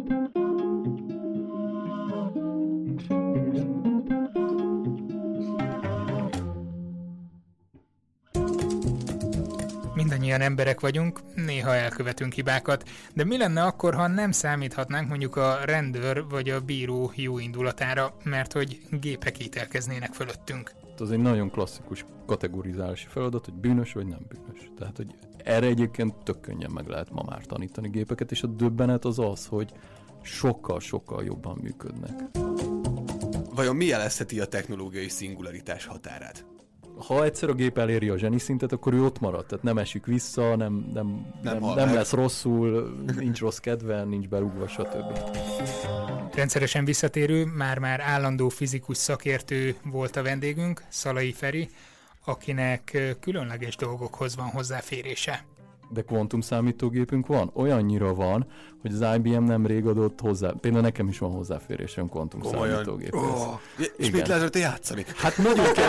Mindannyian emberek vagyunk, néha elkövetünk hibákat, de mi lenne akkor, ha nem számíthatnánk mondjuk a rendőr vagy a bíró jó indulatára, mert hogy gépek ítélkeznének fölöttünk? Az egy nagyon klasszikus kategorizálási feladat, hogy bűnös vagy nem bűnös. Tehát, hogy erre egyébként tök könnyen meg lehet ma már tanítani gépeket, és a döbbenet az, hogy sokkal-sokkal jobban működnek. Vajon mi jelezheti a technológiai szingularitás határát? Ha egyszer a gép eléri a zseni szintet, akkor ő ott marad, tehát nem esik vissza, nem lesz rosszul, nincs rossz kedve, nincs berúgva, stb. Rendszeresen visszatérő, már állandó fizikus szakértő volt a vendégünk, Szalai Feri, akinek különleges dolgokhoz van hozzáférése. De kvantumszámítógépünk van? Olyannyira van, hogy az IBM nemrég adott hozzá, például nekem is van hozzáférésem kvantumszámítógéphez. Oh, és mit lehet játszani? Hát nagyon kell.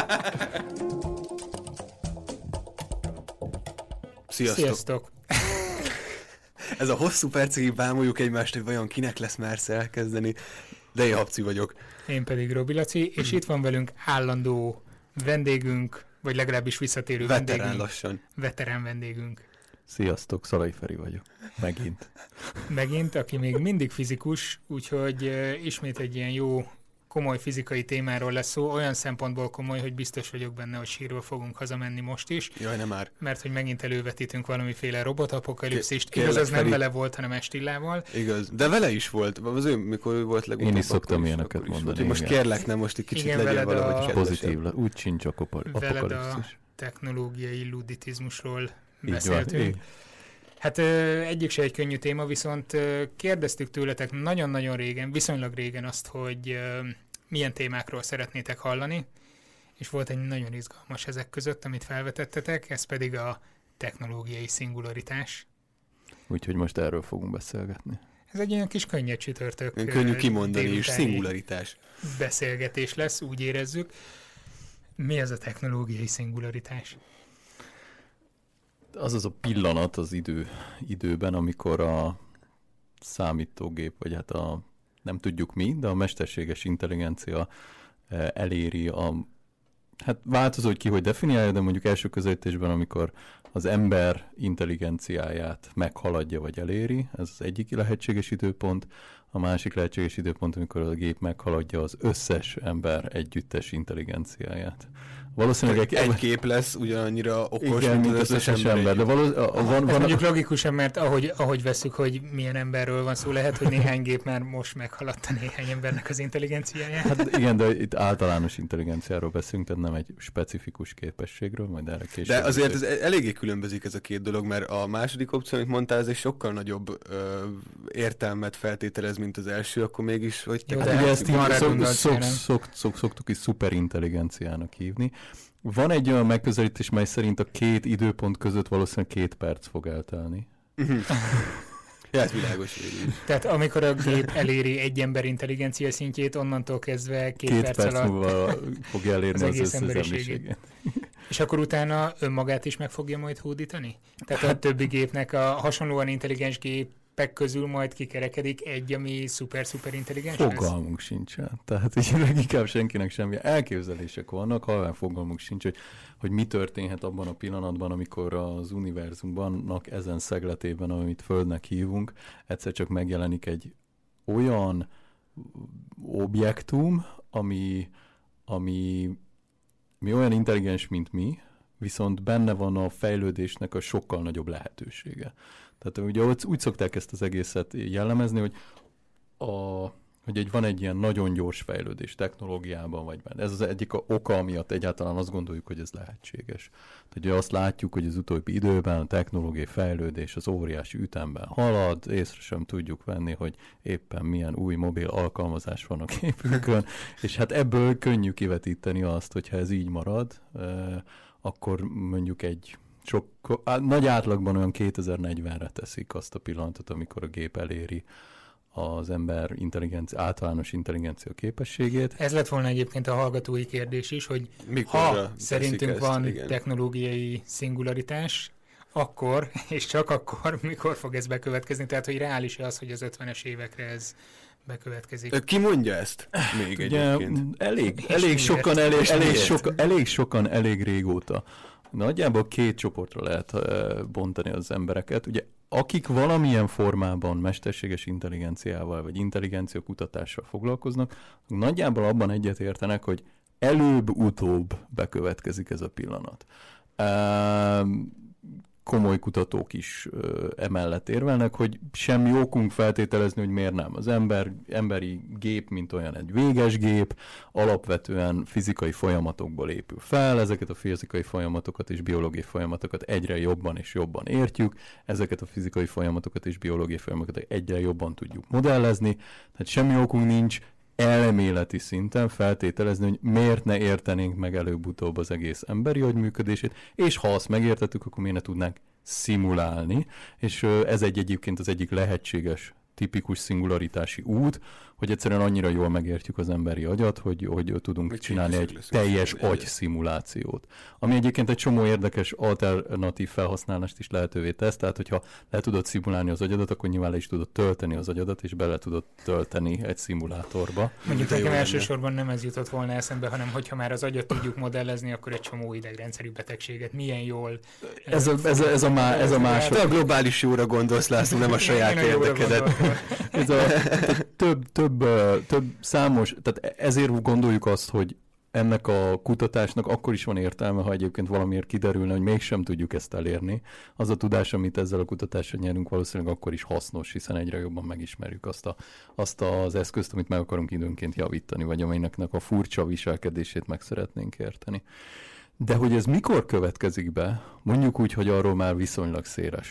Sziasztok! Ez a hosszú percig bámuljuk egymást, hogy vajon kinek lesz mersze elkezdeni, de én Habci vagyok. Én pedig Robi Laci, és itt van velünk állandó vendégünk, vagy legalábbis visszatérő veterán vendégünk. Sziasztok, Szalai Feri vagyok. Megint, aki még mindig fizikus, úgyhogy ismét egy ilyen jó, komoly fizikai témáról lesz szó, olyan szempontból komoly, hogy biztos vagyok benne, hogy sírról fogunk hazamenni most is. Jaj, nem már. Mert hogy megint elővetítünk valamiféle robotapokalipszist. Igaz, az nem vele volt, hanem Estillával. Igaz, de vele is volt. Az ő, mikor ő volt legutóbb. Én is szoktam ilyeneket mondani. Most kérlek, nem most egy kicsit igen, legyen valahogy pozitív. Úgy sincs apokalipszis. Veled a technológiai luditizmusról beszéltünk. Hát egyik se egy könnyű téma, viszont kérdeztük tőletek nagyon-nagyon régen, viszonylag régen azt, hogy milyen témákról szeretnétek hallani, és volt egy nagyon izgalmas ezek között, amit felvetettetek, ez pedig a technológiai szingularitás. Úgyhogy most erről fogunk beszélgetni. Ez egy olyan kis könnyed csütörtök. Könnyű kimondani is, szingularitás. Beszélgetés lesz, úgy érezzük. Mi az a technológiai szingularitás? Az a pillanat az időben, amikor a számítógép, vagy hát nem tudjuk mi, de a mesterséges intelligencia eléri hát változó, hogy ki hogy definiálja, de mondjuk első közelítésben, amikor az ember intelligenciáját meghaladja, vagy eléri, ez az egyik lehetséges időpont, a másik lehetséges időpont, amikor a gép meghaladja az összes ember együttes intelligenciáját. Valószínűleg egy gép lesz ugyanannyira okos, igen, mint az összes ember. De van mondjuk logikusan, mert ahogy veszük, hogy milyen emberről van szó, lehet, hogy néhány gép már most meghaladta néhány embernek az intelligenciáját. Hát igen, de itt általános intelligenciáról beszélünk, tehát nem egy specifikus képességről, majd erre később. De azért ez eléggé különbözik ez a két dolog, mert a második opció, amit mondtál, ez egy sokkal nagyobb értelmet feltételez, mint az első, akkor mégis, hogy... Jó, de ezt szoktuk is szuperintelligenciának hívni. Van egy olyan megközelítés, mely szerint a két időpont között valószínűleg 2 perc fog eltelni. Ja, ez világos. Tehát amikor a gép eléri egy ember intelligencia szintjét, onnantól kezdve 2 perc alatt múlva fogja elérni az összes emberiséget. És akkor utána önmagát is meg fogja majd hódítani? Tehát a többi gépnek a hasonlóan intelligens gépek közül majd kikerekedik egy, ami szuper intelligens lesz? Fogalmunk sincsen. Tehát így leginkább senkinek semmi. Elképzelések vannak, halván fogalmunk sincs, hogy mi történhet abban a pillanatban, amikor az univerzumbannak ezen szegletében, amit Földnek hívunk, egyszer csak megjelenik egy olyan objektum, ami olyan intelligens, mint mi, viszont benne van a fejlődésnek a sokkal nagyobb lehetősége. Tehát ugye úgy szokták ezt az egészet jellemezni, hogy van egy ilyen nagyon gyors fejlődés technológiában vagy benne. Ez az egyik oka, miatt egyáltalán azt gondoljuk, hogy ez lehetséges. Tehát ugye azt látjuk, hogy az utóbbi időben a technológiai fejlődés az óriási ütemben halad, észre sem tudjuk venni, hogy éppen milyen új mobil alkalmazás van a gépünkön, és hát ebből könnyű kivetíteni azt, hogyha ez így marad, akkor mondjuk nagy átlagban olyan 2040-re teszik azt a pillanatot, amikor a gép eléri az ember általános intelligencia képességét. Ez lett volna egyébként a hallgatói kérdés is, hogy ha szerintünk van technológiai szingularitás, akkor, és csak akkor, mikor fog ez bekövetkezni, tehát hogy reális az, hogy az 50-es évekre ez bekövetkezik. Ki mondja ezt még egyébként? Elég sokan, elég régóta. Nagyjából 2 csoportra lehet bontani az embereket. Ugye, akik valamilyen formában mesterséges intelligenciával vagy intelligencia kutatással foglalkoznak, nagyjából abban egyetértenek, hogy előbb-utóbb bekövetkezik ez a pillanat. Komoly kutatók is emellett érvelnek, hogy semmi okunk feltételezni, hogy miért nem. Az emberi gép, mint olyan egy véges gép, alapvetően fizikai folyamatokból épül fel, ezeket a fizikai folyamatokat és biológiai folyamatokat egyre jobban és jobban értjük, ezeket a fizikai folyamatokat és biológiai folyamatokat egyre jobban tudjuk modellezni, tehát semmi okunk nincs elméleti szinten feltételezni, hogy miért ne értenénk meg előbb-utóbb az egész emberi agy működését, és ha azt megértettük, akkor miért ne tudnánk szimulálni, és ez egyébként az egyik lehetséges tipikus szingularitási út, hogy egyszerűen annyira jól megértjük az emberi agyat, hogy tudunk csinálni egy teljes agyszimulációt. Ami egyébként egy csomó érdekes alternatív felhasználást is lehetővé tesz, tehát hogyha le tudod szimulálni az agyadat, akkor nyilván le is tudod tölteni az agyadat, és bele tudod tölteni egy szimulátorba. Mondjuk nekem elsősorban nem ez jutott volna eszembe, hanem hogyha már az agyat tudjuk modellezni, akkor egy csomó idegrendszeri betegséget milyen jól... Ez a másod. Te a globális jóra gondolsz, László, nem a saját érdekedet. Ez a több számos, tehát ezért gondoljuk azt, hogy ennek a kutatásnak akkor is van értelme, ha egyébként valamiért kiderülne, hogy mégsem tudjuk ezt elérni. Az a tudás, amit ezzel a kutatással nyerünk, valószínűleg akkor is hasznos, hiszen egyre jobban megismerjük azt az eszközt, amit meg akarunk időnként javítani, vagy aminek a furcsa viselkedését meg szeretnénk érteni. De hogy ez mikor következik be, mondjuk úgy, hogy arról már viszonylag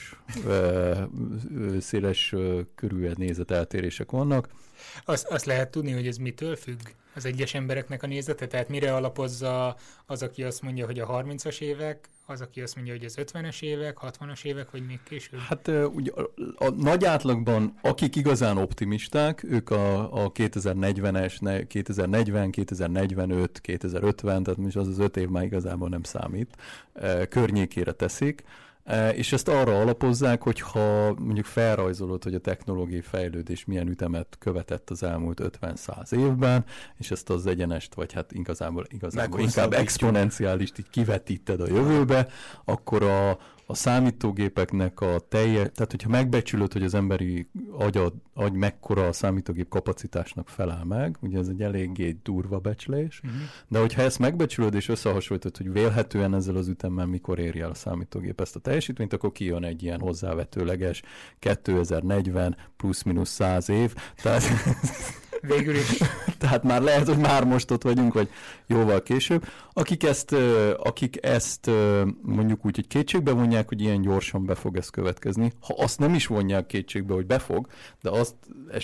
széles körű nézeteltérések vannak. Azt lehet tudni, hogy ez mitől függ? Az egyes embereknek a nézete? Tehát mire alapozza az, aki azt mondja, hogy a 30-as évek, az, aki azt mondja, hogy az 50-es évek, 60-as évek, vagy még később? Hát ugye a nagy átlagban, akik igazán optimisták, ők a 2040-es, 2040, 2045, 2050, tehát most az 5 év már igazából nem számít, környékére teszik. És ezt arra alapozzák, hogyha mondjuk felrajzolod, hogy a technológiai fejlődés milyen ütemet követett az elmúlt 50-100 évben, és ezt az egyenest, vagy hát igazából inkább exponenciálist így kivetíted a jövőbe, akkor a számítógépeknek tehát hogyha megbecsülöd, hogy az emberi agy mekkora a számítógép kapacitásnak felel meg, ugye ez egy eléggé durva becslés, de hogyha ezt megbecsülöd és összehasonlítod, hogy vélhetően ezzel az ütemmel mikor éri el a számítógép ezt a teljesítményt, akkor kijön egy ilyen hozzávetőleges 2040 plusz-minusz 100 év, tehát... Végül is. Tehát már lehet, hogy már most ott vagyunk, vagy jóval később. Akik ezt mondjuk úgy, hogy kétségbe vonják, hogy ilyen gyorsan be fog ez következni, ha azt nem is vonják kétségbe, hogy befog, de azt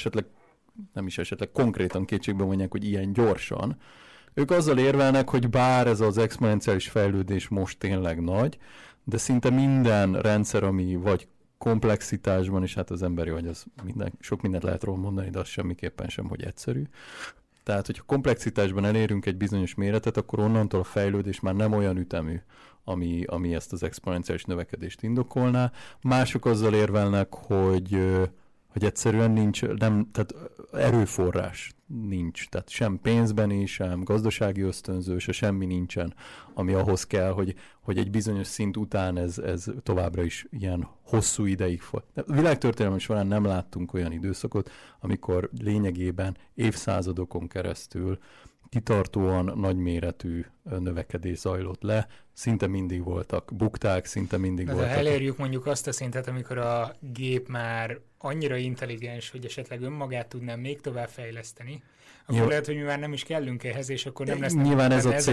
esetleg konkrétan kétségbe vonják, hogy ilyen gyorsan, ők azzal érvelnek, hogy bár ez az exponenciális fejlődés most tényleg nagy, de szinte minden rendszer, ami vagy komplexitásban, és hát az emberi agy, sok mindent lehet róla mondani, de az semmiképpen sem, hogy egyszerű. Tehát, hogyha komplexitásban elérünk egy bizonyos méretet, akkor onnantól a fejlődés már nem olyan ütemű, ami ezt az exponenciális növekedést indokolná. Mások azzal érvelnek, hogy egyszerűen tehát erőforrás nincs. Tehát sem pénzben, sem gazdasági ösztönző, se semmi nincsen, ami ahhoz kell, hogy egy bizonyos szint után ez továbbra is ilyen hosszú ideig fog. A világtörténelem során nem láttunk olyan időszakot, amikor lényegében évszázadokon keresztül kitartóan nagyméretű növekedés zajlott le, szinte mindig voltak bukták, szinte mindig voltak. De elérjük mondjuk azt a szintet, amikor a gép már annyira intelligens, hogy esetleg önmagát tudnám még tovább fejleszteni, akkor lehet, hogy mi már nem is kellünk ehhez, és akkor nem lesznek nyilván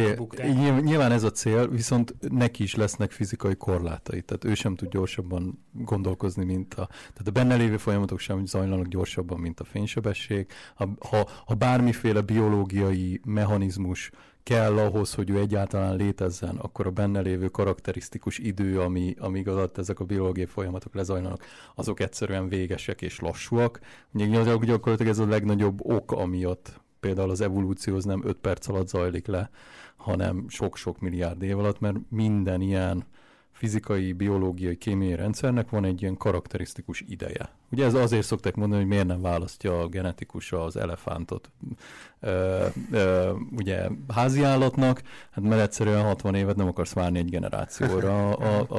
ez a cél, viszont neki is lesznek fizikai korlátai, tehát ő sem tud gyorsabban gondolkozni, tehát a benne lévő folyamatok sem zajlanak gyorsabban, mint a fénysebesség. Ha bármiféle biológiai mechanizmus kell ahhoz, hogy ő egyáltalán létezzen, akkor a benne lévő karakterisztikus idő, amíg alatt ezek a biológiai folyamatok lezajlanak, azok egyszerűen végesek és lassúak. Gyakorlatilag ez a legnagyobb ok, amiatt például az evolúció az nem 5 perc alatt zajlik le, hanem sok-sok milliárd év alatt, mert minden ilyen fizikai, biológiai, kémiai rendszernek van egy ilyen karakterisztikus ideje. Ugye ez azért szokták mondani, hogy miért nem választja a genetikus az elefántot ugye háziállatnak, hát mert egyszerűen 60 évet nem akarsz várni egy generációra.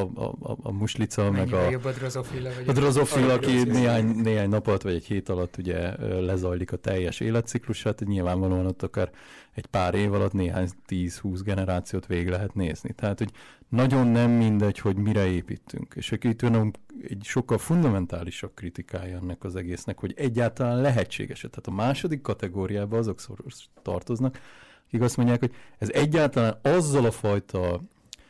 A muslica, meg a drozofila, aki néhány nap alatt vagy egy hét alatt ugye lezajlik a teljes életciklusát, nyilvánvalóan ott akár egy pár év alatt néhány 10-20 generációt végig lehet nézni. Tehát, hogy nagyon nem mindegy, hogy mire építünk. És itt van egy sokkal fundamentálisabb kritikája ennek az egésznek, hogy egyáltalán lehetséges. Tehát a második kategóriába azok tartoznak, akik azt mondják, hogy ez egyáltalán azzal a fajta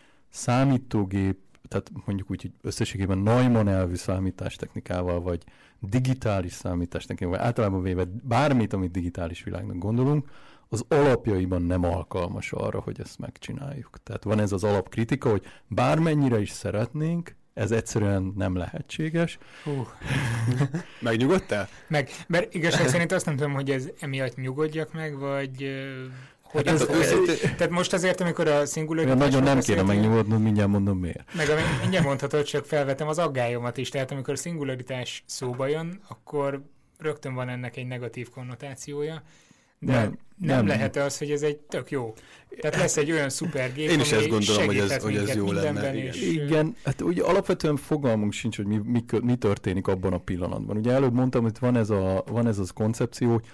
számítógép, tehát mondjuk úgy, hogy összességében Neumann elvű számítástechnikával, vagy digitális számítástechnikával, vagy általában véve bármit, amit digitális világnak gondolunk, az alapjaiban nem alkalmas arra, hogy ezt megcsináljuk. Tehát van ez az alapkritika, hogy bármennyire is szeretnénk, ez egyszerűen nem lehetséges. Megnyugodtál? Mert igazság szerint azt nem tudom, hogy ez emiatt nyugodjak meg, vagy... Hogy tehát most azért, amikor a szingularitásról nagyon nem kéne megnyugodnod, mindjárt mondom miért. Mindjárt mondhatod, csak felvetem az aggályomat is. Tehát amikor a szingularitás szóba jön, akkor rögtön van ennek egy negatív konnotációja. De nem lehet az, hogy ez egy tök jó. Tehát lesz egy olyan szupergép, én is ezt gondolom, hogy ez jó lenne. Igen, hát ugye alapvetően fogalmunk sincs, hogy mi történik abban a pillanatban. Ugye előbb mondtam, hogy van ez az koncepció, hogy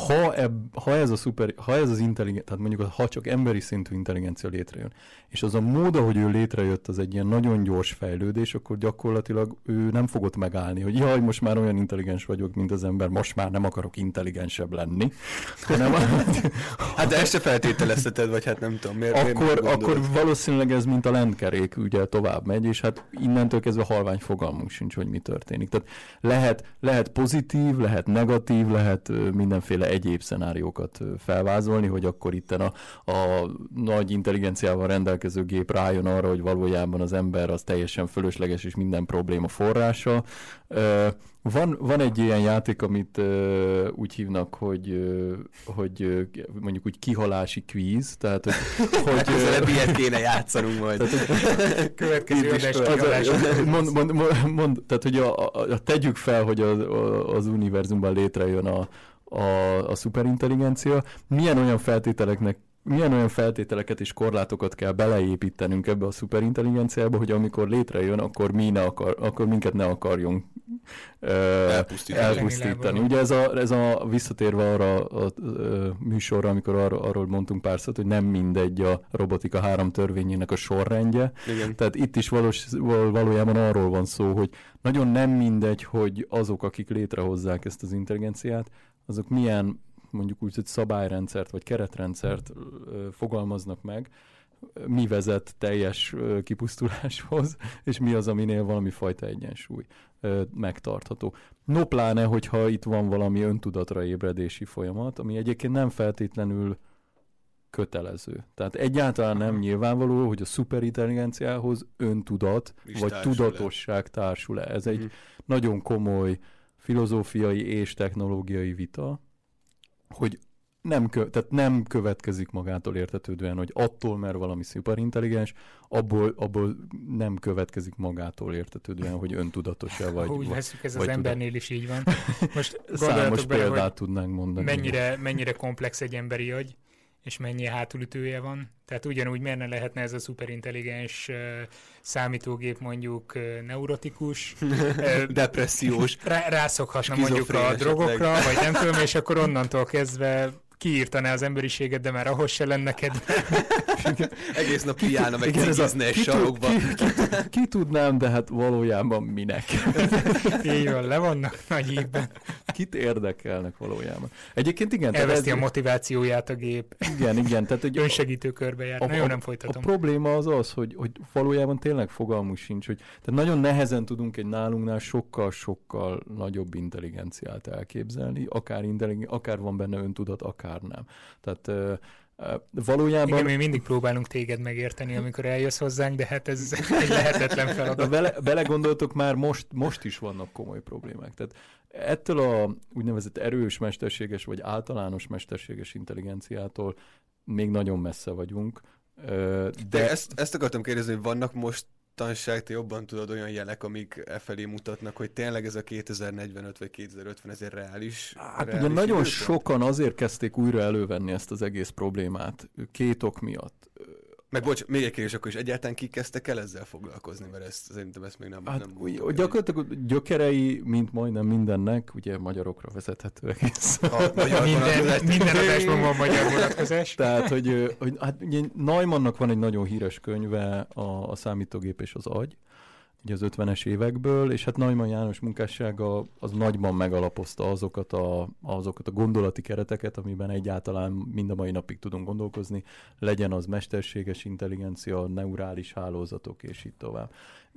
ha ez az intelligencia, tehát mondjuk ha csak emberi szintű intelligencia létrejön, és az a mód, ahogy ő létrejött, az egy ilyen nagyon gyors fejlődés, akkor gyakorlatilag ő nem fogott megállni, hogy jaj, most már olyan intelligens vagyok, mint az ember, most már nem akarok intelligensebb lenni. Hanem, hát de ezt se feltételezteted, vagy hát nem tudom, miért akkor valószínűleg ez mint a lendkerék, ugye tovább megy, és hát innentől kezdve halvány fogalmunk sincs, hogy mi történik. Tehát lehet pozitív, lehet negatív, lehet mindenféle egyéb szenáriókat felvázolni, hogy akkor itten a nagy intelligenciával rendelkező gép rájön arra, hogy valójában az ember az teljesen fölösleges és minden probléma forrása. Van egy ilyen játék, amit úgy hívnak, hogy mondjuk úgy kihalási kvíz, tehát hogy ilyet kéne játszanunk majd. Következő adás kihalás. Tehát, hogy tegyük fel, hogy az univerzumban létrejön a szuperintelligencia, milyen olyan feltételeket és korlátokat kell beleépítenünk ebbe a szuperintelligenciába, hogy amikor létrejön, akkor minket ne akarjon elpusztítani. Ugye ez a visszatérve arra a műsorra, amikor arról mondtunk pár szót, hogy nem mindegy a robotika 3 törvényének a sorrendje. Igen. Tehát itt is valójában arról van szó, hogy nagyon nem mindegy, hogy azok, akik létrehozzák ezt az intelligenciát, azok milyen mondjuk úgy, hogy szabályrendszert vagy keretrendszert fogalmaznak meg, mi vezet teljes kipusztuláshoz, és mi az, aminél valami fajta egyensúly megtartható. No pláne, hogyha itt van valami öntudatra ébredési folyamat, ami egyébként nem feltétlenül kötelező. Tehát egyáltalán nem nyilvánvaló, hogy a szuperintelligenciához öntudat vagy tudatosság társul-e. Ez egy nagyon komoly filozófiai és technológiai vita, hogy nem következik magától értetődően, hogy attól, mert valami szuperintelligens, abból nem következik magától értetődően, hogy öntudatos-e vagy. Úgy veszük, ez az embernél is így van. Most számos bele, példát tudnánk mondani. Mennyire komplex egy emberi agy, és mennyi hátulütője van. Tehát ugyanúgy miért ne lehetne ez a szuperintelligens számítógép mondjuk neurotikus, depressziós, rászokhatna mondjuk a drogokra, vagy nem tudom, és akkor onnantól kezdve kiírtaná az emberiséget, de már ahhoz se lenne kedve. Egész nap kiállna meg cigizne egy sarokba. Ki tudnám, de hát valójában minek? Így van, le vannak nagy ívben. Kit érdekelnek valójában? Egyébként igen. Elveszti a motivációját a gép. Igen. Tehát, hogy önsegítő körbe jár. Nagyon nem folytatom. A probléma az, hogy valójában tényleg fogalmunk sincs, hogy tehát nagyon nehezen tudunk egy nálunknál sokkal nagyobb intelligenciát elképzelni, akár van benne öntudat, akár nem. Tehát valójában... Igen, mi mindig próbálunk téged megérteni, amikor eljössz hozzánk, de hát ez egy lehetetlen feladat. Belegondoltok, már most is vannak komoly problémák. Tehát ettől a úgynevezett erős mesterséges, vagy általános mesterséges intelligenciától még nagyon messze vagyunk. De ezt akartam kérdezni, hogy vannak most tanság, te jobban tudod, olyan jelek, amik felé mutatnak, hogy tényleg ez a 2045 vagy 2050 ez egy reális. Hát ugye nagyon sokan azért kezdték újra elővenni ezt az egész problémát, két ok miatt. Meg bocs, még egy kérdés, akkor is egyáltalán ki kezdtek el ezzel foglalkozni, mert szerintem ezt még nem... Gyakorlatilag gyökerei, mint majdnem mindennek, ugye magyarokra vezethető egész. Minden adásban van magyar vonatkozás. Tehát, hogy hát ugye Neumannnak van egy nagyon híres könyve, a számítógép és az agy, ugye az 50-es évekből, és hát Neumann János munkássága az nagyban megalapozta azokat a gondolati kereteket, amiben egyáltalán mind a mai napig tudunk gondolkozni, legyen az mesterséges intelligencia, neurális hálózatok, és így tovább.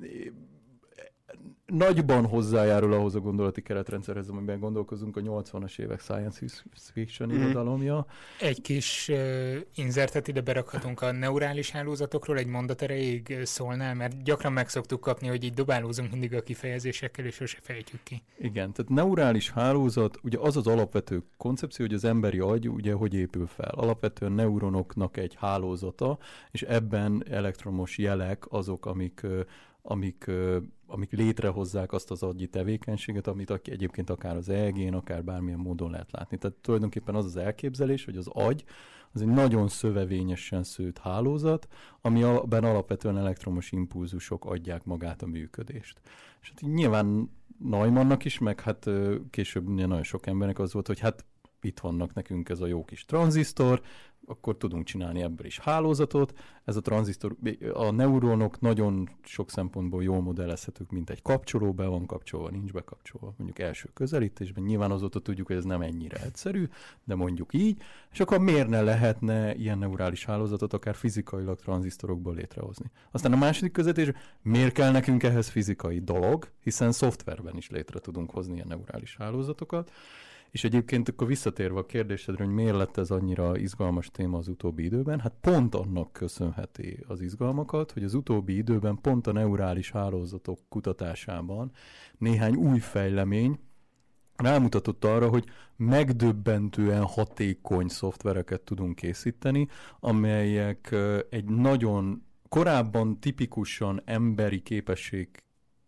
Nagyban hozzájárul ahhoz a gondolati keretrendszerhez, amiben gondolkozunk, a 80-as évek science fiction irodalomja. Egy kis inzertet ide berakhatunk a neurális hálózatokról, egy mondat erejéig szólnál, mert gyakran meg szoktuk kapni, hogy így dobálózunk mindig a kifejezésekkel, és sose fejtjük ki. Igen, tehát neurális hálózat, ugye az az koncepció, hogy az emberi agy ugye hogy épül fel. Alapvetően neuronoknak egy hálózata, és ebben elektromos jelek azok, amik létrehozzák azt az agyi tevékenységet, amit egyébként akár az EEG-n, akár bármilyen módon lehet látni. Tehát tulajdonképpen az elképzelés, hogy az agy az egy nagyon szövevényesen szőtt hálózat, amiben alapvetően elektromos impulzusok adják magát a működést. És hát nyilván Neumannnak is, meg hát később nagyon sok embernek az volt, hogy hát itt vannak nekünk ez a jó kis tranzisztor, akkor tudunk csinálni ebből is hálózatot. Ez a tranzisztor, a neuronok nagyon sok szempontból jól modellezhetők, mint egy kapcsoló, be van kapcsolva, nincs bekapcsolva. Mondjuk első közelítésben, nyilván azóta tudjuk, hogy ez nem ennyire egyszerű, de mondjuk így, és akkor miért ne lehetne ilyen neurális hálózatot akár fizikailag tranzisztorokból létrehozni. Aztán a második közelítés, miért kell nekünk ehhez fizikai dolog, hiszen szoftverben is létre tudunk hozni ilyen neurális hálózatokat. És egyébként akkor visszatérve a kérdésedre, hogy miért lett ez annyira izgalmas téma az utóbbi időben, hát pont annak köszönheti az izgalmakat, hogy az utóbbi időben pont a neurális hálózatok kutatásában néhány új fejlemény rámutatott arra, hogy megdöbbentően hatékony szoftvereket tudunk készíteni, amelyek egy nagyon korábban tipikusan emberi képességet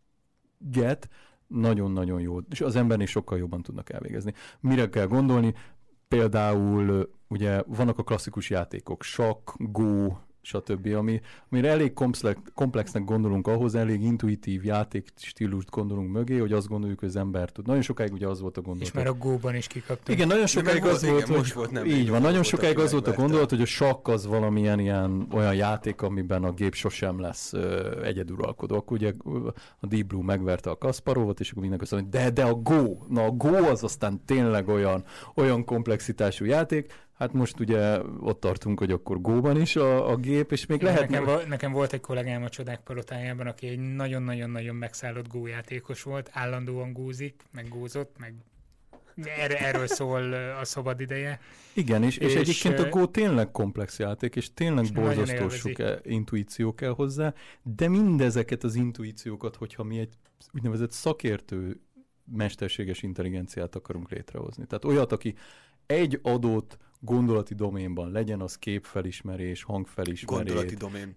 nagyon-nagyon jó, és az embernél sokkal jobban tudnak elvégezni. Mire kell gondolni? Például ugye vannak a klasszikus játékok, sakk, go, stb., amire elég komplexnek gondolunk ahhoz, elég intuitív játékstílust gondolunk mögé, hogy azt gondoljuk, hogy az ember tud. Nagyon sokáig ugye az volt a gondolat. És már a Go-ban is kikaptunk. Igen, nagyon sokáig az volt, hogy így van, nagyon sokáig az volt a gondolat, hogy a sakk az valamilyen ilyen olyan játék, amiben a gép sosem lesz egyeduralkodó. Akkor ugye a Deep Blue megverte a Kasparovot, és akkor mindenki azt mondja, de a Go, na a Go az aztán tényleg olyan komplexitású játék. Hát most ugye ott tartunk, hogy akkor Go-ban is a gép, és még lehet... Nekem volt egy kollégám a Csodák palotájában, aki egy nagyon-nagyon-nagyon megszállott Go játékos volt, állandóan gózik, meg gózott, meg erről szól a szabad ideje. Igen, és egyébként a Go tényleg komplex játék, és tényleg borzasztó sok intuíció kell hozzá, de mindezeket az intuíciókat, hogyha mi egy úgynevezett szakértő mesterséges intelligenciát akarunk létrehozni. Tehát olyat, aki egy adott gondolati doménban, legyen az képfelismerés, hangfelismerés, gondolati domén.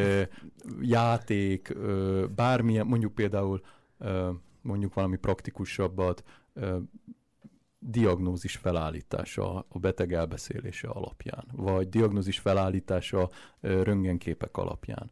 Játék, bármilyen, mondjuk például mondjuk valami praktikusabbat, diagnózis felállítása a beteg elbeszélése alapján, vagy diagnózis felállítása röntgenképek alapján,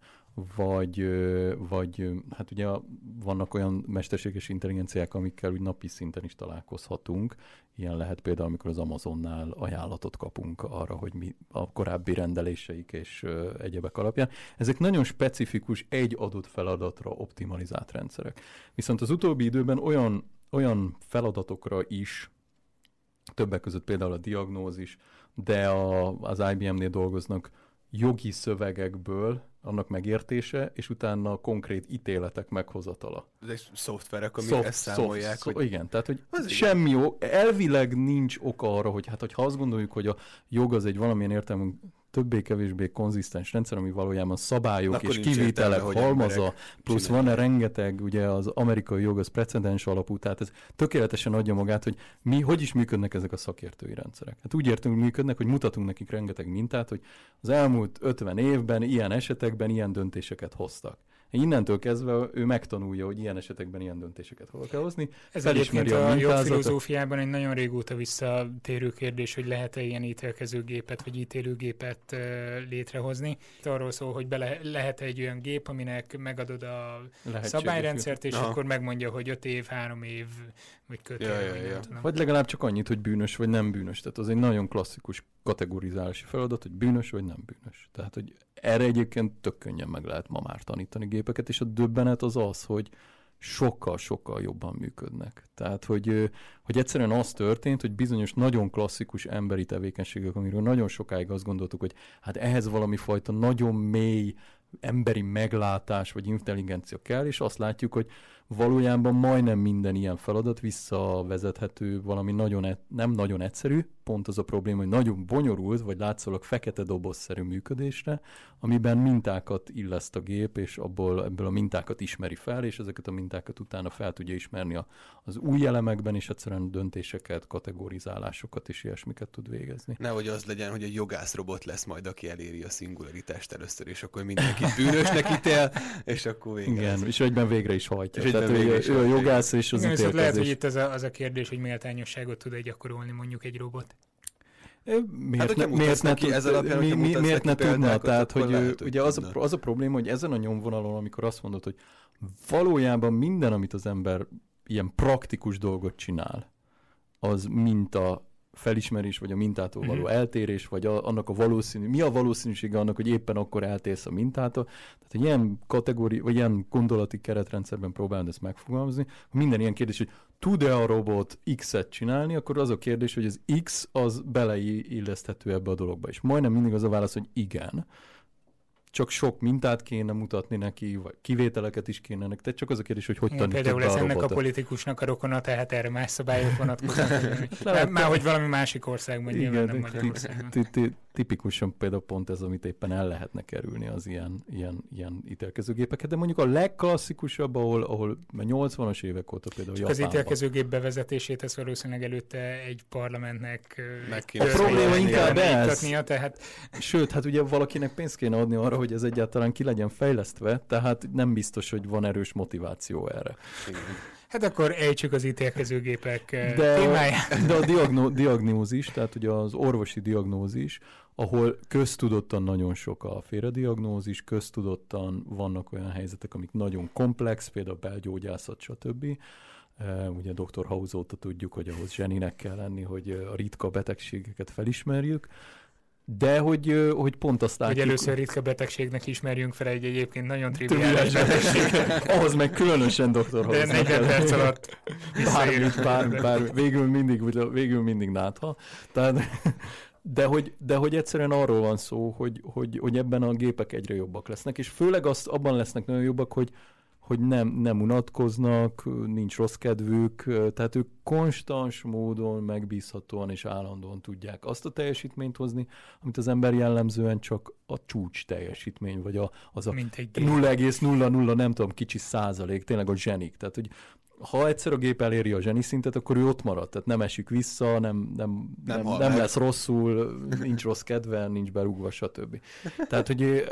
vagy hát ugye vannak olyan mesterséges intelligenciák, amikkel úgy napi szinten is találkozhatunk. Ilyen lehet például, amikor az Amazonnál ajánlatot kapunk arra, hogy mi a korábbi rendeléseik és egyebek alapján. Ezek nagyon specifikus, egy adott feladatra optimalizált rendszerek. Viszont az utóbbi időben olyan feladatokra is, többek között például a diagnózis, de az IBM-nél dolgoznak jogi szövegekből, annak megértése, és utána konkrét ítéletek meghozatala. Ezek szoftverek, amik ezt számolják. Hogy... Igen, tehát hogy semmi elvileg nincs oka arra, hogy hát hogyha azt gondoljuk, hogy a jog az egy valamilyen értelemben többé-kevésbé konzisztens rendszer, ami valójában szabályok akkor és kivételek halmaza, plusz van-e rengeteg, ugye az amerikai jog az precedens alapú, tehát ez tökéletesen adja magát, hogy hogy is működnek ezek a szakértői rendszerek. Hát úgy értünk, hogy működnek, hogy mutatunk nekik rengeteg mintát, hogy az elmúlt 50 évben ilyen esetekben ilyen döntéseket hoztak. Innentől kezdve ő megtanulja, hogy ilyen esetekben ilyen döntéseket hol kell hozni. Ez egyébként a jogfilozófiában egy nagyon régóta visszatérő kérdés, hogy lehet-e ilyen ítélkezőgépet vagy ítélőgépet létrehozni. Itt arról szól, hogy lehet-e egy olyan gép, aminek megadod a szabályrendszert, és akkor megmondja, hogy 5 év, 3 év, vagy kötél. Vagy legalább csak annyit, hogy bűnös vagy nem bűnös. Tehát az egy nagyon klasszikus kategorizálási feladat, hogy bűnös vagy nem bűnös. Tehát, hogy erre egyébként tök könnyen meg lehet ma már tanítani gépeket, és a döbbenet az, hogy sokkal-sokkal jobban működnek. Tehát, hogy egyszerűen az történt, hogy bizonyos nagyon klasszikus emberi tevékenységek, amiről nagyon sokáig azt gondoltuk, hogy hát ehhez valami fajta nagyon mély emberi meglátás vagy intelligencia kell, és azt látjuk, hogy valójában majdnem minden ilyen feladat visszavezethető valami nem nagyon egyszerű, pont az a probléma, hogy nagyon bonyolult, vagy látszólag fekete dobozszerű működésre, amiben mintákat illeszt a gép, és ebből a mintákat ismeri fel, és ezeket a mintákat utána fel tudja ismerni az új elemekben, és egyszerűen döntéseket, kategorizálásokat és ilyesmiket tud végezni. Nehogy az legyen, hogy egy jogászrobot lesz majd, aki eléri a szingularitást először, és akkor mindenki bűnösnek ítél, és akkor végre. Igen, és egyben végre is hajtja. Tehát ő a jogász és az ítélkezés. Lehet, hogy itt az a kérdés, hogy méltányosságot tud gyakorolni mondjuk egy robot. Miért ne tudna? Tehát, hogy ugye az a probléma, hogy ezen a nyomvonalon, amikor azt mondod, hogy valójában minden, amit az ember ilyen praktikus dolgot csinál, az minta felismerés, vagy a mintától való eltérés, vagy annak mi a valószínűsége annak, hogy éppen akkor eltérsz a mintától. Tehát, hogy ilyen kategória, vagy ilyen gondolati keretrendszerben próbálod ezt megfogalmazni, minden ilyen kérdés, hogy tud-e a robot X-et csinálni, akkor az a kérdés, hogy az X az beleilleszthető ebbe a dologba. És majdnem mindig az a válasz, hogy igen. Csak sok mintát kéne mutatni neki, vagy kivételeket is kéne neki. Tehát csak az a kérdés, hogy tanítjuk be a robotot. Például ez ennek a politikusnak a rokona, tehát erre más szabályok vonatkoznak. Már hogy valami másik országban, nyilván nem Magyarországon. Tipikusan például pont ez, amit éppen el lehetne kerülni az ilyen ítélkezőgépeket, de mondjuk a legklasszikusabb, ahol 80-as évek óta például csak Japánban. Az ítélkezőgép bevezetését, ez valószínűleg előtte egy parlamentnek a probléma inkább ez. Tehát... Sőt, hát ugye valakinek pénzt kéne adni arra, hogy ez egyáltalán ki legyen fejlesztve, tehát nem biztos, hogy van erős motiváció erre. Hát akkor ejtsük az ítélkezőgépek témáját. De a diagnózis, tehát ugye az orvosi diagnózis, ahol köztudottan nagyon sok a félrediagnózis, köztudottan vannak olyan helyzetek, amik nagyon komplex, például belgyógyászat, stb. Ugye Dr. House óta tudjuk, hogy ahhoz zseninek kell lenni, hogy a ritka betegségeket felismerjük, de hogy pont azt látjuk... Hogy először ritka betegségnek ismerjünk fel egy egyébként nagyon triviális betegséget. Ahhoz meg különösen Dr. House. De 40 perc alatt bármi, végül mindig nátha. Tehát, de hogy egyszerűen arról van szó, hogy ebben a gépek egyre jobbak lesznek, és főleg abban lesznek nagyon jobbak, hogy nem unatkoznak, nincs rossz kedvük, tehát ők konstans módon, megbízhatóan és állandóan tudják azt a teljesítményt hozni, amit az ember jellemzően csak a csúcs teljesítmény, vagy az a 0,00 nem tudom, kicsi százalék, tényleg a zsenik. Tehát, hogy ha egyszer a gép eléri a zseni szintet, akkor ő ott marad, tehát nem esik vissza, nem lesz rosszul, nincs rossz kedve, nincs berúgva, stb. Tehát, hogy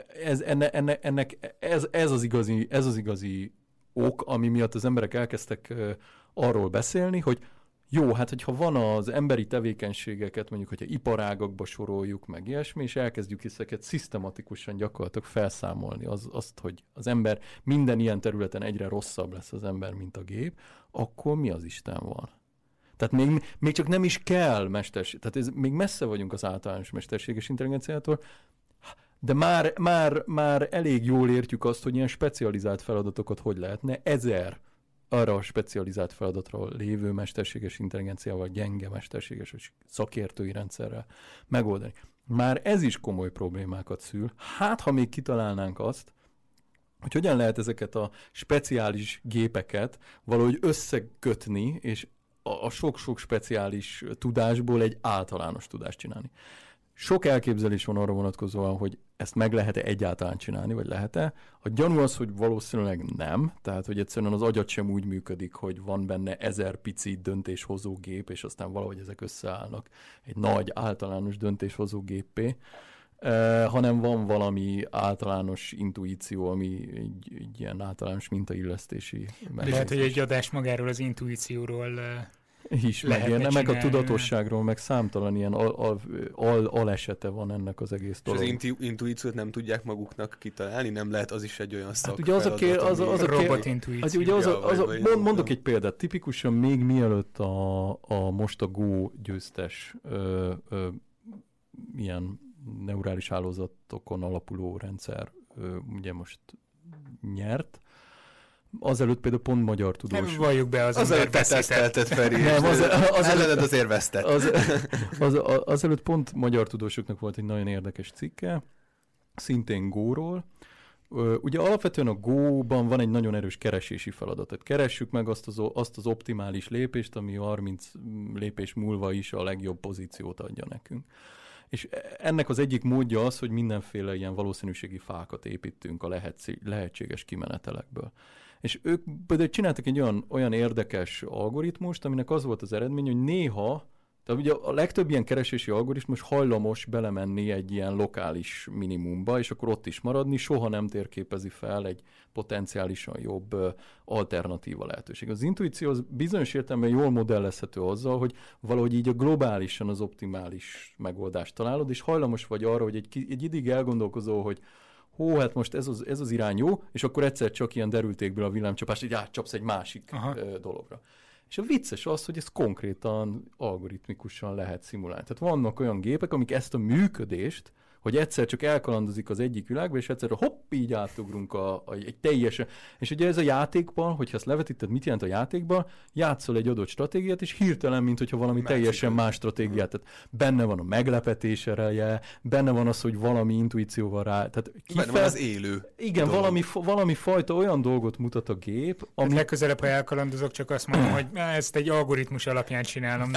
ez az igazi ok, ami miatt az emberek elkezdtek arról beszélni, hogy jó, hát hogyha van az emberi tevékenységeket, mondjuk, hogyha iparágakba soroljuk, meg ilyesmi, és elkezdjük ezeket szisztematikusan gyakorlatilag felszámolni azt, hogy az ember minden ilyen területen egyre rosszabb lesz az ember, mint a gép, akkor mi az Isten van? Tehát még csak nem is kell mesterség, tehát még messze vagyunk az általános mesterséges intelligenciától, de már elég jól értjük azt, hogy ilyen specializált feladatokat hogy lehetne 1000 arra a specializált feladatra lévő mesterséges intelligenciával, gyenge mesterséges és szakértői rendszerrel megoldani. Már ez is komoly problémákat szül. Hát, ha még kitalálnánk azt, hogy hogyan lehet ezeket a speciális gépeket valahogy összekötni, és a sok-sok speciális tudásból egy általános tudást csinálni. Sok elképzelés van arra vonatkozóan, hogy ezt meg lehet-e egyáltalán csinálni, vagy lehet-e. A gyanú az, hogy valószínűleg nem, tehát hogy egyszerűen az agyat sem úgy működik, hogy van benne 1000 pici döntéshozó gép, és aztán valahogy ezek összeállnak egy nagy általános döntéshozó géppé. hanem van valami általános intuíció, ami egy ilyen általános mintaillesztési mechanizmus. Lehet, hogy egy adás magáról az intuícióról is megérne, meg a tudatosságról, meg számtalan ilyen alesete van ennek az egész dolog. És az intuíciót nem tudják maguknak kitalálni? Nem lehet az is egy olyan szak? Hát ugye az a robotintuíció. Mondok egy példát. Tipikusan még mielőtt most a Go győztes ilyen neurális hálózatokon alapuló rendszer ugye most nyert, azelőtt például pont magyar tudós. Valljuk be, azelőtt betesztelted, Feri, ellened azért vesztett. Azelőtt pont magyar tudósoknak volt egy nagyon érdekes cikke, szintén Go-ról. Ugye alapvetően a Go-ban van egy nagyon erős keresési feladat. Tehát keressük meg azt az optimális lépést, ami 30 lépés múlva is a legjobb pozíciót adja nekünk. És ennek az egyik módja az, hogy mindenféle ilyen valószínűségi fákat építünk a lehetséges kimenetelekből. És ők például csináltak egy olyan érdekes algoritmust, aminek az volt az eredmény, hogy néha, tehát ugye a legtöbb ilyen keresési algoritmus hajlamos belemenni egy ilyen lokális minimumba, és akkor ott is maradni, soha nem térképezi fel egy potenciálisan jobb alternatíva lehetőség. Az intuíció az bizonyos értelemben jól modellezhető azzal, hogy valahogy így a globálisan az optimális megoldást találod, és hajlamos vagy arra, hogy egy ideig elgondolkozol, hogy hát most ez az irány jó, és akkor egyszer csak ilyen derültékből a villámcsapást, így átcsapsz egy másik dologra. És a vicces az, hogy ezt konkrétan algoritmikusan lehet szimulálni. Tehát vannak olyan gépek, amik ezt a működést, hogy egyszer csak elkalandozik az egyik világba, és egyszer hopp, így átugrunk egy teljesen. És ugye ez a játékban, hogyha ezt levetíted, mit jelent a játékban, játszol egy adott stratégiát, és hirtelen, mint hogyha valami teljesen más stratégiát. Tehát benne van a meglepetés ereje, benne van az, hogy valami intuícióval rá. Tehát benne van az élő. Igen, valami fajta olyan dolgot mutat a gép, ami... Legközelebb, ha elkalandozok, csak azt mondom, hogy ezt egy algoritmus alapján csinálom.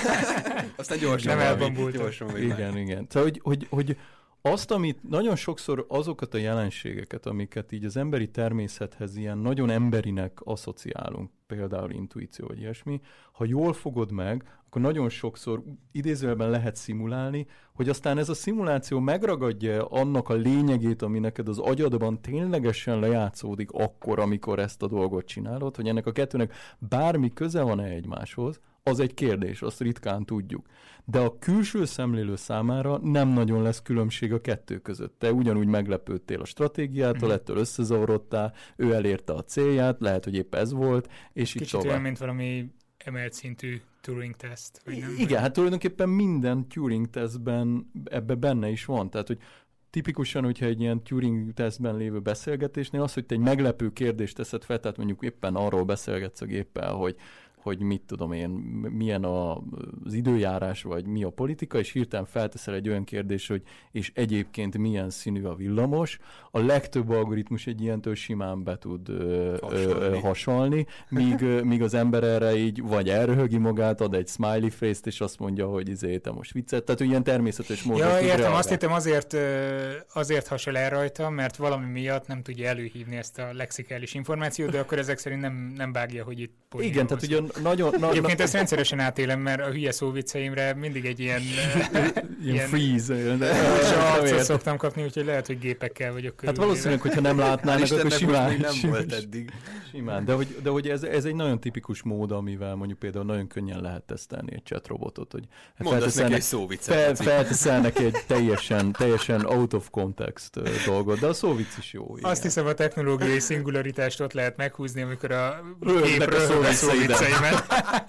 Aztán gyorsan Igen. Szóval, hogy azt, amit nagyon sokszor azokat a jelenségeket, amiket így az emberi természethez ilyen nagyon emberinek asszociálunk, például intuíció vagy ilyesmi, ha jól fogod meg, akkor nagyon sokszor idézőjelben lehet szimulálni, hogy aztán ez a szimuláció megragadja annak a lényegét, ami neked az agyadban ténylegesen lejátszódik akkor, amikor ezt a dolgot csinálod, hogy ennek a kettőnek bármi köze van-e egymáshoz, az egy kérdés, azt ritkán tudjuk. De a külső szemlélő számára nem nagyon lesz különbség a kettő között. Te ugyanúgy meglepődtél a stratégiától, ettől összezavarodtál, ő elérte a célját, lehet, hogy épp ez volt, és így kicsit olyan, mint valami emelt szintű Turing-teszt, vagy nem? Igen, hát tulajdonképpen minden Turing-tesztben ebbe benne is van. Tehát, hogy tipikusan, hogyha egy ilyen Turing-tesztben lévő beszélgetésnél az, hogy te egy meglepő kérdést teszed fel, tehát mondjuk éppen arról beszélgetsz a géppel, hogy mit tudom én, milyen az időjárás, vagy mi a politika, és hirtelen felteszel egy olyan kérdést, hogy és egyébként milyen színű a villamos. A legtöbb algoritmus egy ilyentől simán be tud hasalni, míg az ember erre így vagy elröhögi magát, ad egy smiley face-t, és azt mondja, hogy te most viccet. Tehát ilyen természetes módon. Ja, értem, azt hittem azért hasal el rajta, mert valami miatt nem tudja előhívni ezt a lexikális információt, de akkor ezek szerint nem vágja, hogy itt igen, tehát ugye egyébként ezt rendszeresen átélem, mert a hülye szóvicceimre mindig egy ilyen freeze. Arcot szoktam kapni, úgyhogy lehet, hogy gépekkel vagyok körül. Hát valószínűleg, hogyha nem látnának, akkor simán. Nem volt eddig. Simán, de hogy ez egy nagyon tipikus mód, amivel mondjuk például nagyon könnyen lehet tesztelni egy chat robotot, hogy mondasz neki egy szóviccet. Felteszel neki egy teljesen out of context dolgot, de a szóvic is jó. Azt hiszem, a technológiai szingularitást ott lehet meghúzni, amikor a gép röhög a szóvicceimet.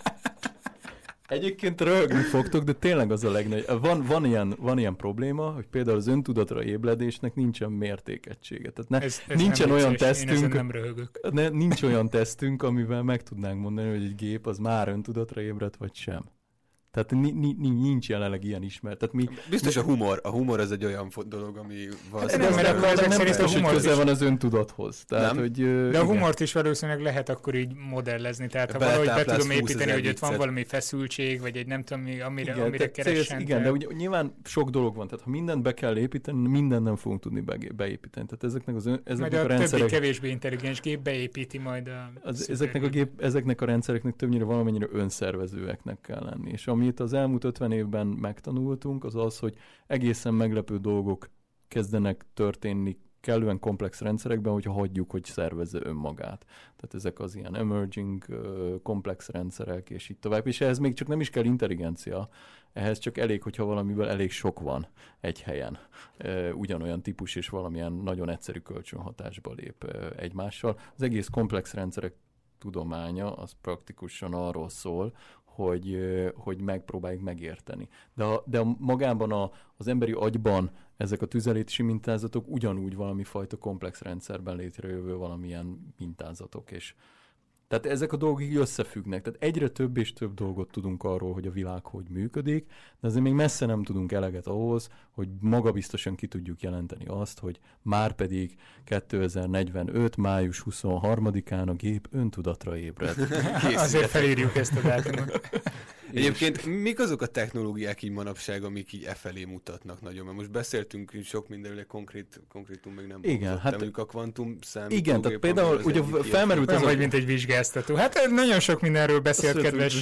Egyébként röhögni fogtok, de tényleg az a legnagyobb. Van ilyen probléma, hogy például az öntudatra ébredésnek nincsen mértékegysége. Tehát ez nincsen olyan tesztünk, nem röhögök. Nincs olyan tesztünk, amivel meg tudnánk mondani, hogy egy gép az már öntudatra ébred, vagy sem. Tehát nincs jelenleg ilyen ismert. Biztos a humor az egy olyan dolog, ami valószínűleg nem biztos, hogy közel van az öntudathoz. Tehát, de a humort is valószínűleg lehet akkor így modellezni. Tehát ha valahogy be tudom építeni, hogy ott van valami feszültség, vagy egy nem tudom, amire keressen. Igen, de ugye, nyilván sok dolog van. Tehát ha mindent be kell építeni, mindent nem fogunk tudni beépíteni. Tehát ezeknek a rendszerek... többi kevésbé intelligens gép beépíti majd ezeknek a rendszereknek többnyire valamennyire önszervezőeknek kell lenni. És amit az elmúlt 50 évben megtanultunk, az az, hogy egészen meglepő dolgok kezdenek történni kellően komplex rendszerekben, hogyha hagyjuk, hogy szervezze önmagát. Tehát ezek az ilyen emerging komplex rendszerek, és így tovább. És ehhez még csak nem is kell intelligencia, ehhez csak elég, hogyha valamiből elég sok van egy helyen. Ugyanolyan típus és valamilyen nagyon egyszerű kölcsönhatásba lép egymással. Az egész komplex rendszerek tudománya az praktikusan arról szól, hogy megpróbáljuk megérteni. De magában az emberi agyban ezek a tüzelési mintázatok ugyanúgy valami fajta komplex rendszerben létrejövő valamilyen mintázatok. Tehát ezek a dolgok így összefüggnek. Tehát egyre több és több dolgot tudunk arról, hogy a világ hogy működik, de azért még messze nem tudunk eleget ahhoz, hogy magabiztosan ki tudjuk jelenteni azt, hogy márpedig 2045. május 23-án a gép öntudatra ébred. Azért felírjuk ezt a dátumot. Egyébként mik azok a technológiák így manapság, amik így felé mutatnak nagyon? Mert most beszéltünk sok mindenről, konkrétum még nem igen, hozott, hát mondjuk a kvantum számítógép. Igen, tehát például ugye felmerült ez vagy mint egy vizsgáztató. Hát nagyon sok mindenről beszélt, kedves.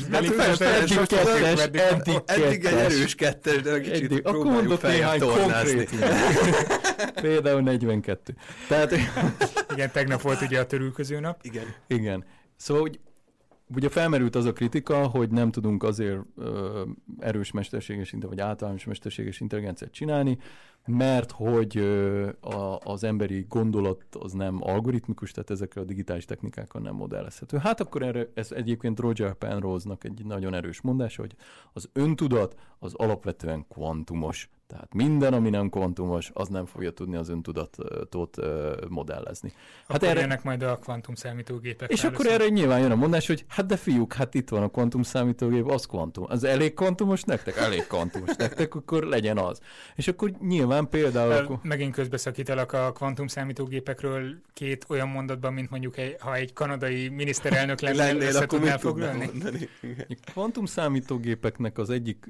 Eddig egy erős kettes, de kicsit próbáljuk feltornázni. Például 42. Tehát... Igen, tegnap volt ugye a törülköző nap. Igen. Szóval ugye felmerült az a kritika, hogy nem tudunk azért erős mesterséges vagy általános mesterséges intelligenciát csinálni, mert hogy az emberi gondolat az nem algoritmikus, tehát ezekkel a digitális technikákkal nem modellezhető. Hát akkor ez egyébként Roger Penrose-nak egy nagyon erős mondása, hogy az öntudat az alapvetően kvantumos. Tehát minden, ami nem kvantumos, az nem fogja tudni az öntudatot modellezni. Hát akkor jönnek majd a kvantum számítógépek. És akkor erre nyilván jön a mondás, hogy hát de fiúk, hát itt van a kvantum számítógép, az kvantum. Az elég kvantumos nektek? Elég kvantumos nektek, akkor legyen az. És akkor nyilván például... Megint közbeszakítalak a kvantum számítógépekről két olyan mondatban, mint mondjuk ha egy kanadai miniszterelnök lennél, össze tudnál foglalni? A kvantum számítógépeknek az egyik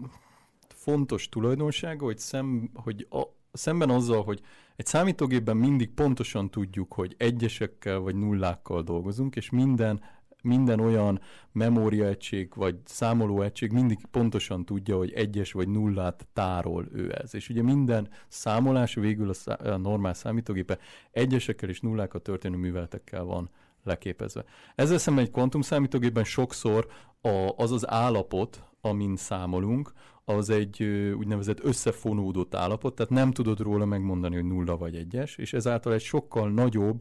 fontos tulajdonsága, hogy szemben azzal, hogy egy számítógépben mindig pontosan tudjuk, hogy egyesekkel vagy nullákkal dolgozunk, és minden olyan memóriaegység vagy számolóegység mindig pontosan tudja, hogy egyes vagy nullát tárol ő ez. És ugye minden számolás végül a normál számítógépe egyesekkel és nullákkal történő műveletekkel van leképezve. Ezzel szemben egy kvantum számítógépben sokszor az az állapot, amin számolunk, az egy úgynevezett összefonódott állapot, tehát nem tudod róla megmondani, hogy nulla vagy egyes, és ezáltal egy sokkal nagyobb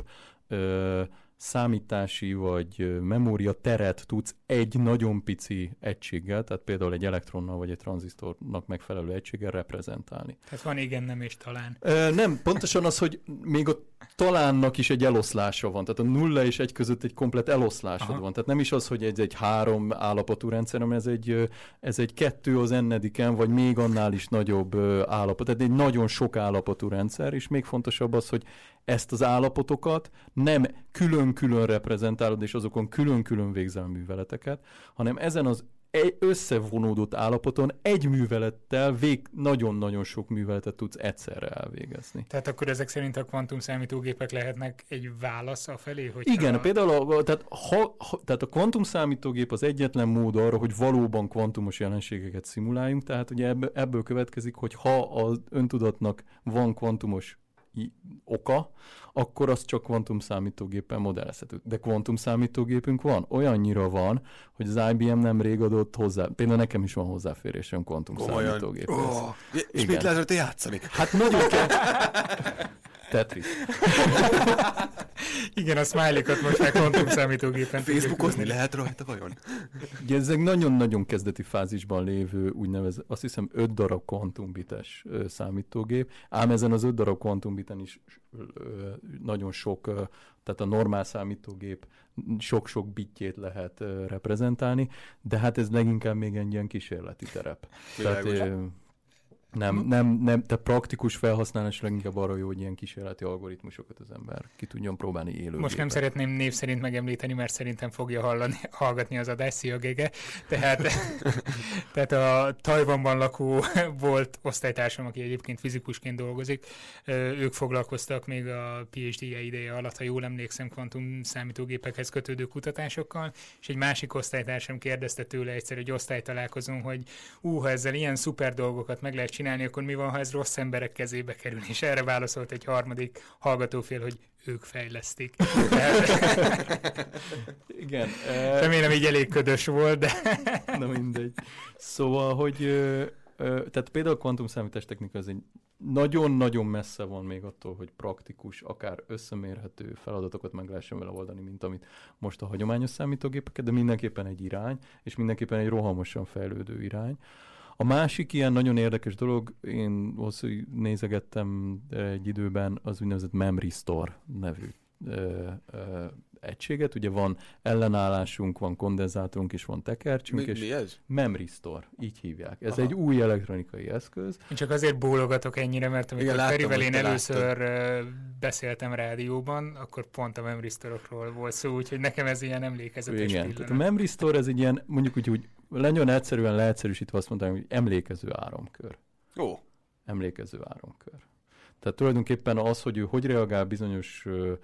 számítási vagy memória teret tudsz egy nagyon pici egységgel, tehát például egy elektronnal vagy egy tranzisztornak megfelelő egységgel reprezentálni. Tehát van igen, nem és talán. Nem, pontosan az, hogy még a talánnak is egy eloszlása van, tehát a nulla és egy között egy komplet eloszlásod van. Tehát nem is az, hogy ez egy 3 állapotú rendszer, hanem ez egy 2 az n-ediken, vagy még annál is nagyobb állapot. Tehát egy nagyon sok állapotú rendszer, és még fontosabb az, hogy ezt az állapotokat nem külön-külön reprezentálod, és azokon külön-külön végzel a műveleteket, hanem ezen az összevonódott állapoton egy művelettel nagyon-nagyon sok műveletet tudsz egyszerre elvégezni. Tehát akkor ezek szerint a kvantum számítógépek lehetnek egy válasz afelé? Igen, például tehát a kvantum számítógép az egyetlen mód arra, hogy valóban kvantumos jelenségeket szimuláljunk, tehát ugye ebből következik, hogy ha az öntudatnak van kvantumos oka, akkor az csak kvantum számítógéppel modellezhető. De kvantum számítógépünk van. Olyannyira van, hogy az IBM nemrég adott hozzá. Például nekem is van hozzáférésem kvantum számítógéphez. És mit lehet játszani? Hát nagyon kell. Tetris. Igen, a smiley-kat most már kvantum számítógépen. Facebookozni lehet rajta vajon? Ugye ez egy nagyon-nagyon kezdeti fázisban lévő úgynevezett, azt hiszem 5 darab kvantumbites számítógép, ám ezen az 5 darab kvantumbiten is nagyon sok, tehát a normál számítógép sok-sok bitjét lehet reprezentálni, de hát ez leginkább még egy ilyen kísérleti terep. Tehát, Nem, te praktikus felhasználásra inkább arra jó, hogy ilyen kísérleti algoritmusokat az ember ki tudjon próbálni élőgépen. Most nem szeretném név szerint megemlíteni, mert szerintem fogja hallgatni az adást, szia Gége. Tehát a Tajvanban lakó volt osztálytársam, aki egyébként fizikusként dolgozik, ők foglalkoztak még a PhD-je ideje alatt, ha jól emlékszem, kvantum számítógépekhez kötődő kutatásokkal, és egy másik osztálytársam kérdezte tőle egyszer egy osztálytalálkozón, hogy ha ezzel ilyen szuper dolgokat meg lehet csinálni, akkor mi van, ha ez rossz emberek kezébe kerül? És erre válaszolt egy harmadik hallgatófél, hogy ők fejlesztik. Igen. Remélem így elég ködös volt, de... Na mindegy. Szóval, hogy tehát például a kvantumszámítástechnika az egy nagyon-nagyon messze van még attól, hogy praktikus, akár összemérhető feladatokat meg lehessen vele oldani, mint amit most a hagyományos számítógépeket, de mindenképpen egy irány, és mindenképpen egy rohamosan fejlődő irány. A másik ilyen nagyon érdekes dolog, én hosszú nézegettem egy időben az úgynevezett Memory Store nevű egységet. Ugye van ellenállásunk, van kondenzátorunk és van tekercsünk. Mi ez? Memory Store, így hívják. Ez egy új elektronikai eszköz. Én csak azért bólogatok ennyire, mert amikor Ferivel én először beszéltem rádióban, akkor pont a Memory Store-okról volt szó, úgyhogy nekem ez ilyen emlékezetes pillanat. Tehát a Memory Store ez egy ilyen, mondjuk úgy, hogy nagyon egyszerűen leegyszerűsítve azt mondanám, hogy emlékező áramkör. Emlékező áramkör. Tehát tulajdonképpen az, hogy ő hogy reagál bizonyos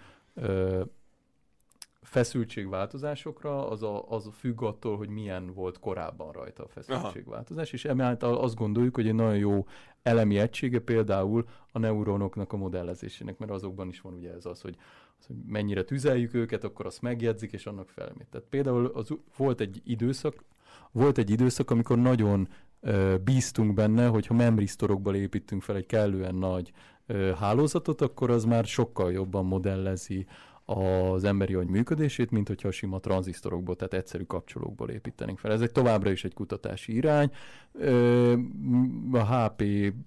feszültségváltozásokra, az függ attól, hogy milyen volt korábban rajta a feszültségváltozás, és emellett azt gondoljuk, hogy egy nagyon jó elemi egysége például a neuronoknak a modellezésének, mert azokban is van ugye ez az, hogy mennyire tüzeljük őket, akkor azt megjegyzik, és annak felemít. Tehát például volt egy időszak, amikor nagyon bíztunk benne, hogy ha memory store-okból építünk fel egy kellően nagy hálózatot, akkor az már sokkal jobban modellezi az emberi agy működését, mint hogyha a sima tranzisztorokból, tehát egyszerű kapcsolókból építenénk fel. Ez egy továbbra is egy kutatási irány. A HP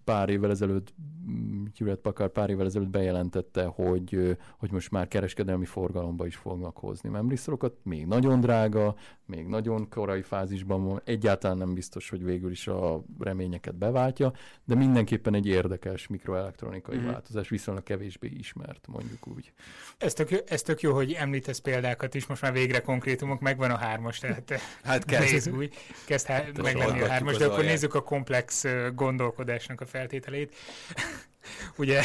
Hewlett Packard pár évvel ezelőtt bejelentette, hogy most már kereskedelmi forgalomba is fognak hozni memory store-okat. Még nagyon drága, még nagyon korai fázisban van, egyáltalán nem biztos, hogy végül is a reményeket beváltja, de mindenképpen egy érdekes mikroelektronikai változás, viszonylag kevésbé ismert, mondjuk úgy. Ez tök jó, hogy említesz példákat is, most már végre konkrétumok, megvan a 3-as, tehát hát kezd meglenni a 3-as, de akkor nézzük a komplex gondolkodásnak a feltételét. Ugye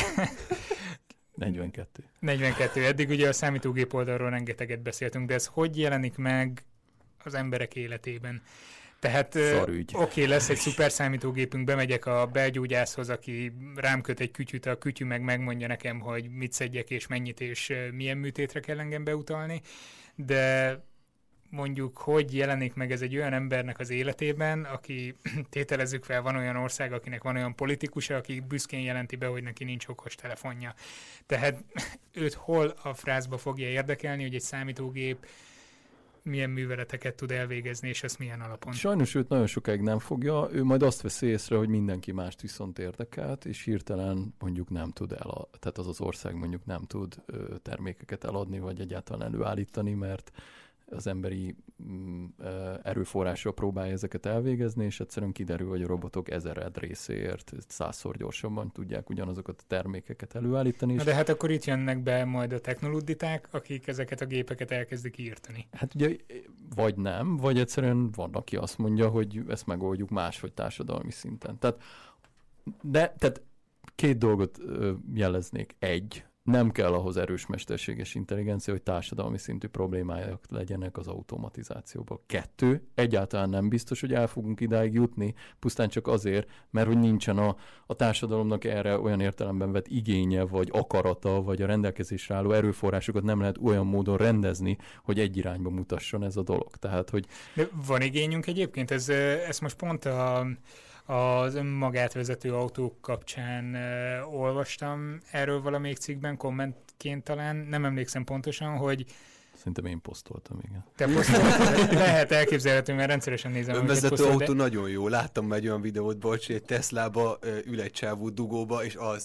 42. Eddig ugye a számítógép oldalról rengeteget beszéltünk, de ez hogy jelenik meg az emberek életében? Tehát oké, lesz egy szuper számítógépünk, bemegyek a belgyógyászhoz, aki rám köt egy kütyüt, a kütyű meg megmondja nekem, hogy mit szedjek és mennyit, és milyen műtétre kell engem beutalni, de mondjuk, hogy jelenik meg ez egy olyan embernek az életében, aki, tételezzük fel, van olyan ország, akinek van olyan politikusa, aki büszkén jelenti be, hogy neki nincs okos telefonja. Tehát őt hol a frázba fogja érdekelni, hogy egy számítógép milyen műveleteket tud elvégezni, és ezt milyen alapon? Sajnos őt nagyon sokáig nem fogja, ő majd azt veszi észre, hogy mindenki mást viszont érdekelt, és hirtelen mondjuk nem tud tehát az ország mondjuk nem tud termékeket eladni, vagy egyáltalán előállítani, mert az emberi erőforrással próbálja ezeket elvégezni, és egyszerűen kiderül, hogy a robotok 1000 részéért 100-szor gyorsabban tudják ugyanazokat a termékeket előállítani. Na de hát akkor itt jönnek be majd a technoluditák, akik ezeket a gépeket elkezdik írtani. Hát ugye vagy nem, vagy egyszerűen van, aki azt mondja, hogy ezt megoldjuk máshogy társadalmi szinten. Tehát két dolgot jeleznék. Egy, nem kell ahhoz erős mesterséges intelligencia, hogy társadalmi szintű problémájuk legyenek az automatizációban. 2, egyáltalán nem biztos, hogy el fogunk idáig jutni, pusztán csak azért, mert hogy nincsen a társadalomnak erre olyan értelemben vett igénye, vagy akarata, vagy a rendelkezésre álló erőforrásokat nem lehet olyan módon rendezni, hogy egy irányba mutasson ez a dolog. Tehát, hogy... De van igényünk egyébként? Ezt most pont az önmagát vezető autók kapcsán olvastam erről valamelyik cikkben, kommentként talán, nem emlékszem pontosan, hogy... Szerintem én posztoltam, igen. Te posztoltad? Lehet elképzelhető, mert rendszeresen nézem. Önvezető autó de... nagyon jó. Láttam egy olyan videót, bocs, egy Teslába ül egy csávó dugóba, és alszik.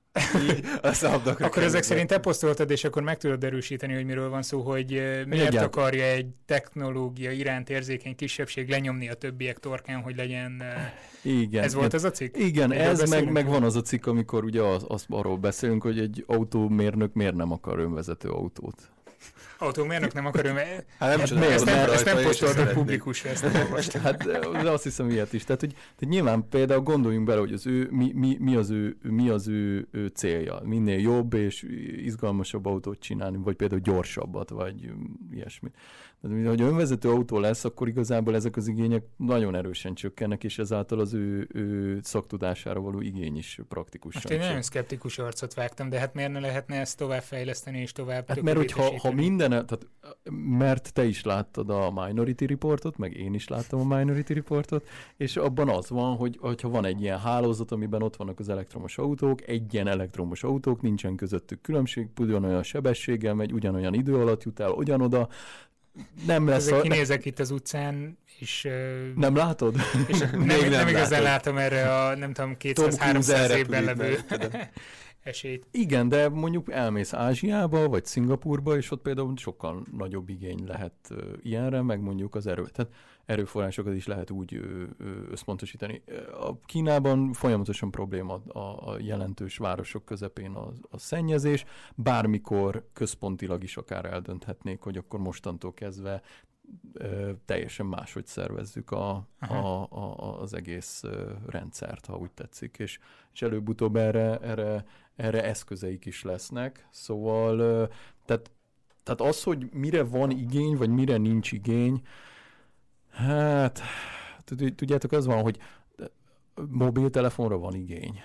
így a szabdakra. Akkor ezek szerint te posztoltad, és akkor meg tudod erősíteni, hogy miről van szó, hogy miért akarja egy technológia iránt érzékeny kisebbség lenyomni a többiek torkán, hogy legyen... Igen. Ez volt az a cikk? Igen, ez meg van az a cikk, amikor ugye arról beszélünk, hogy egy autómérnök miért nem akar önvezető autót. Autómérnök nem akar önvezető. Ezt nem posztoltad publikusra, ezt nem olvastam. Hát de azt hiszem ilyet is. Tehát, hogy nyilván például gondoljunk bele, hogy mi az ő célja. Minél jobb és izgalmasabb autót csinálni, vagy például gyorsabbat, vagy ilyesmit. Tehát, hogy önvezető autó lesz, akkor igazából ezek az igények nagyon erősen csökkennek, és ezáltal az ő szaktudására való igény is praktikusan. Most én nagyon szkeptikus arcot vágtam, de hát miért ne lehetne ezt továbbfejleszteni és tovább hát mert hogyha tehát, mert te is láttad a Minority Reportot, meg én is láttam a Minority Reportot, és abban az van, hogyha van egy ilyen hálózat, amiben ott vannak az elektromos autók, egyen elektromos autók, nincsen közöttük különbség, ugyanolyan sebességgel megy, ugyanolyan idő alatt jut el, ugyanoda, nem lesz kinézek itt az utcán, és... Nem látod? És nem igazán látom erre a, nem tudom, 200-300 évben levő esélyt. Igen, de mondjuk elmész Ázsiába, vagy Szingapurba, és ott például sokkal nagyobb igény lehet ilyenre, meg mondjuk az tehát erőforrásokat is lehet úgy összpontosítani. A Kínában folyamatosan probléma a jelentős városok közepén a szennyezés, bármikor központilag is akár eldönthetnék, hogy akkor mostantól kezdve teljesen máshogy szervezzük az egész rendszert, ha úgy tetszik, és előbb-utóbb erre eszközeik is lesznek. Szóval, tehát az, hogy mire van igény, vagy mire nincs igény, hát, tudjátok, az van, hogy mobiltelefonra van igény.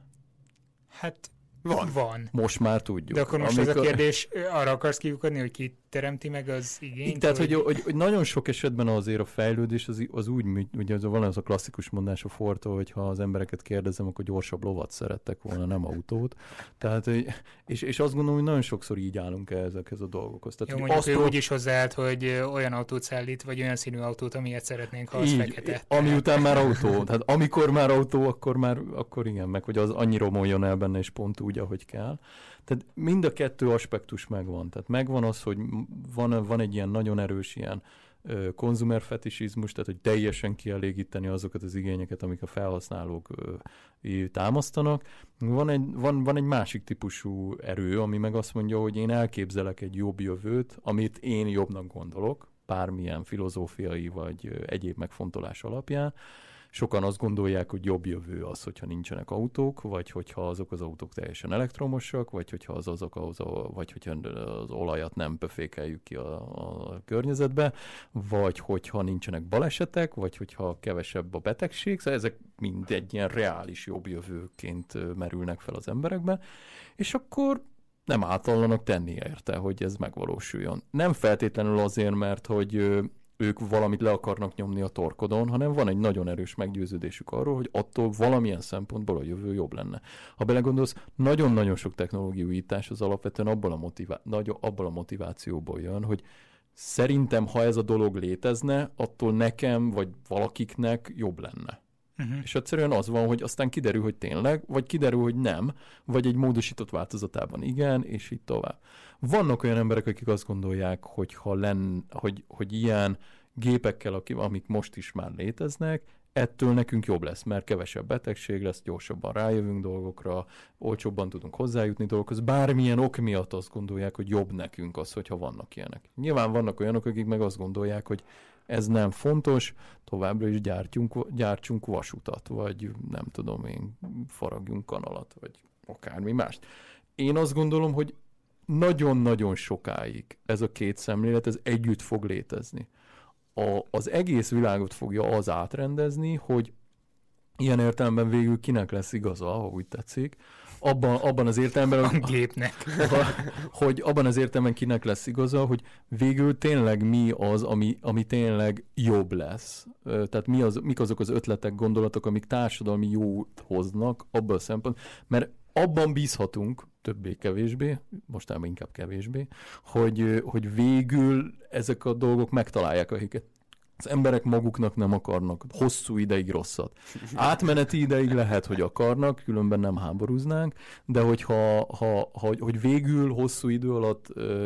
Hát van. Most már tudjuk. De akkor most ez a kérdés, arra akarsz kiukadni, hogy ki teremti meg az igényt? Tehát, hogy nagyon sok esetben azért a fejlődés az úgy, ugye van az a klasszikus mondás a Fordtól, hogy ha az embereket kérdezem, akkor gyorsabb lovat szerettek volna, nem autót. Tehát, és azt gondolom, hogy nagyon sokszor így állunk ezekhez a dolgokhoz. Tehát, jó, mondjuk úgy is hozzáállt, hogy olyan autót szállít, vagy olyan színű autót, amilyet szeretnénk, ha az fekete. Ami után már autó. Tehát amikor már autó, akkor igen, meg hogy az annyi romoljon el benne, és pont úgy, ahogy kell. Tehát mind a kettő aspektus megvan. Tehát megvan az, hogy van egy ilyen nagyon erős ilyen konzumerfetisizmus, tehát hogy teljesen kielégíteni azokat az igényeket, amik a felhasználók támasztanak. Van egy másik típusú erő, ami meg azt mondja, hogy én elképzelek egy jobb jövőt, amit én jobbnak gondolok, bármilyen filozófiai vagy egyéb megfontolás alapján. Sokan azt gondolják, hogy jobb jövő az, hogyha nincsenek autók, vagy hogyha azok az autók teljesen elektromosak, vagy hogyha vagy hogyha az olajat nem pöfékeljük ki a környezetbe, vagy hogyha nincsenek balesetek, vagy hogyha kevesebb a betegség. Szóval ezek mind egy ilyen reális jobb jövőként merülnek fel az emberekben, és akkor nem átallanak tenni érte, hogy ez megvalósuljon. Nem feltétlenül azért, mert hogy ők valamit le akarnak nyomni a torkodon, hanem van egy nagyon erős meggyőződésük arról, hogy attól valamilyen szempontból a jövő jobb lenne. Ha belegondolsz, nagyon-nagyon sok technológiai újítás az alapvetően abból a motivációból jön, hogy szerintem, ha ez a dolog létezne, attól nekem, vagy valakiknek jobb lenne. És egyszerűen az van, hogy aztán kiderül, hogy tényleg, vagy kiderül, hogy nem, vagy egy módosított változatában igen, és így tovább. Vannak olyan emberek, akik azt gondolják, hogy hogy ilyen gépekkel, amik most is már léteznek, ettől nekünk jobb lesz, mert kevesebb betegség lesz, gyorsabban rájövünk dolgokra, olcsóbban tudunk hozzájutni dolgokhoz. Bármilyen ok miatt azt gondolják, hogy jobb nekünk az, hogyha vannak ilyenek. Nyilván vannak olyanok, akik meg azt gondolják, hogy ez nem fontos, továbbra is gyártsunk vasutat, vagy nem tudom én, faragjunk kanalat, vagy akármi mást. Én azt gondolom, hogy nagyon-nagyon sokáig ez a két szemlélet, ez együtt fog létezni. Az egész világot fogja az átrendezni, hogy ilyen értelemben végül kinek lesz igaza, ha úgy tetszik, abban az értelemben, a gépnek. Hogy abban az értelemben kinek lesz igaza, hogy végül tényleg mi az, ami tényleg jobb lesz. Tehát mik azok az ötletek, gondolatok, amik társadalmi jót hoznak abban a szempontból, mert abban bízhatunk, többé-kevésbé, mostában inkább kevésbé, hogy végül ezek a dolgok megtalálják a helyüket. Az emberek maguknak nem akarnak hosszú ideig rosszat. Átmeneti ideig lehet, hogy akarnak, különben nem háborúznánk, de hogy végül hosszú idő alatt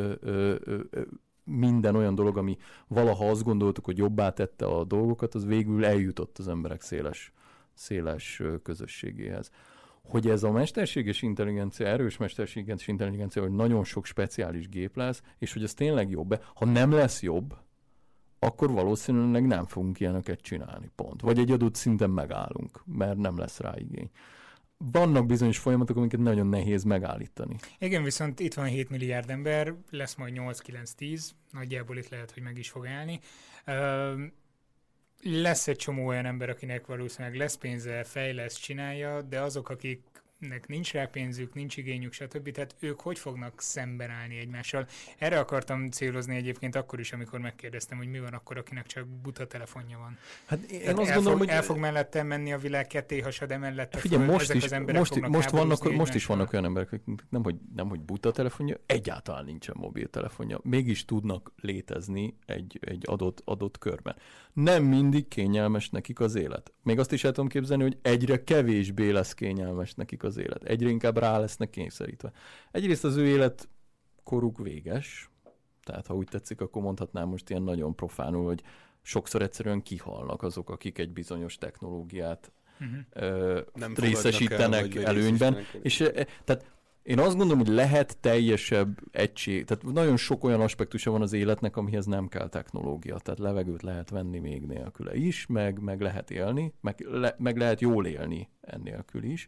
minden olyan dolog, ami valaha azt gondoltuk, hogy jobbá tette a dolgokat, az végül eljutott az emberek széles közösségéhez. Hogy ez a mesterséges intelligencia, erős mesterséges intelligencia, hogy nagyon sok speciális gép lesz, és hogy ez tényleg jobb. Ha nem lesz jobb, akkor valószínűleg nem fogunk ilyeneket csinálni, pont. Vagy egy adott szinten megállunk, mert nem lesz rá igény. Vannak bizonyos folyamatok, amiket nagyon nehéz megállítani. Igen, viszont itt van 7 milliárd ember, lesz majd 8-9-10, nagyjából itt lehet, hogy meg is fog állni. Lesz egy csomó olyan ember, akinek valószínűleg lesz pénze, fejlesz, csinálja, de azok, akiknek nincs rá pénzük, nincs igényük, stb. Tehát ők hogy fognak szemben állni egymással? Erre akartam célozni egyébként akkor is, amikor megkérdeztem, hogy mi van akkor, akinek csak buta telefonja van. Hát én azt gondolom, hogy el fog mellettem menni a világ, ketté hasad emellett. Figyelj, most is vannak olyan emberek, akik nem hogy buta telefonja, egyáltalán nincsen mobiltelefonja. Mégis tudnak létezni egy adott körben. Nem mindig kényelmes nekik az élet. Még azt is el tudom képzelni, hogy egyre kevésbé lesz kényelmes nekik az élet. Egyre inkább rá lesznek kényszerítve. Egyrészt az ő életkoruk véges, tehát ha úgy tetszik, akkor mondhatnám most ilyen nagyon profánul, hogy sokszor egyszerűen kihalnak azok, akik egy bizonyos technológiát részesítenek előnyben. És tehát én azt gondolom, hogy lehet teljesebb egység, tehát nagyon sok olyan aspektusa van az életnek, amihez nem kell technológia. Tehát levegőt lehet venni még nélküle is, meg lehet élni, meg lehet jól élni ennélkül is.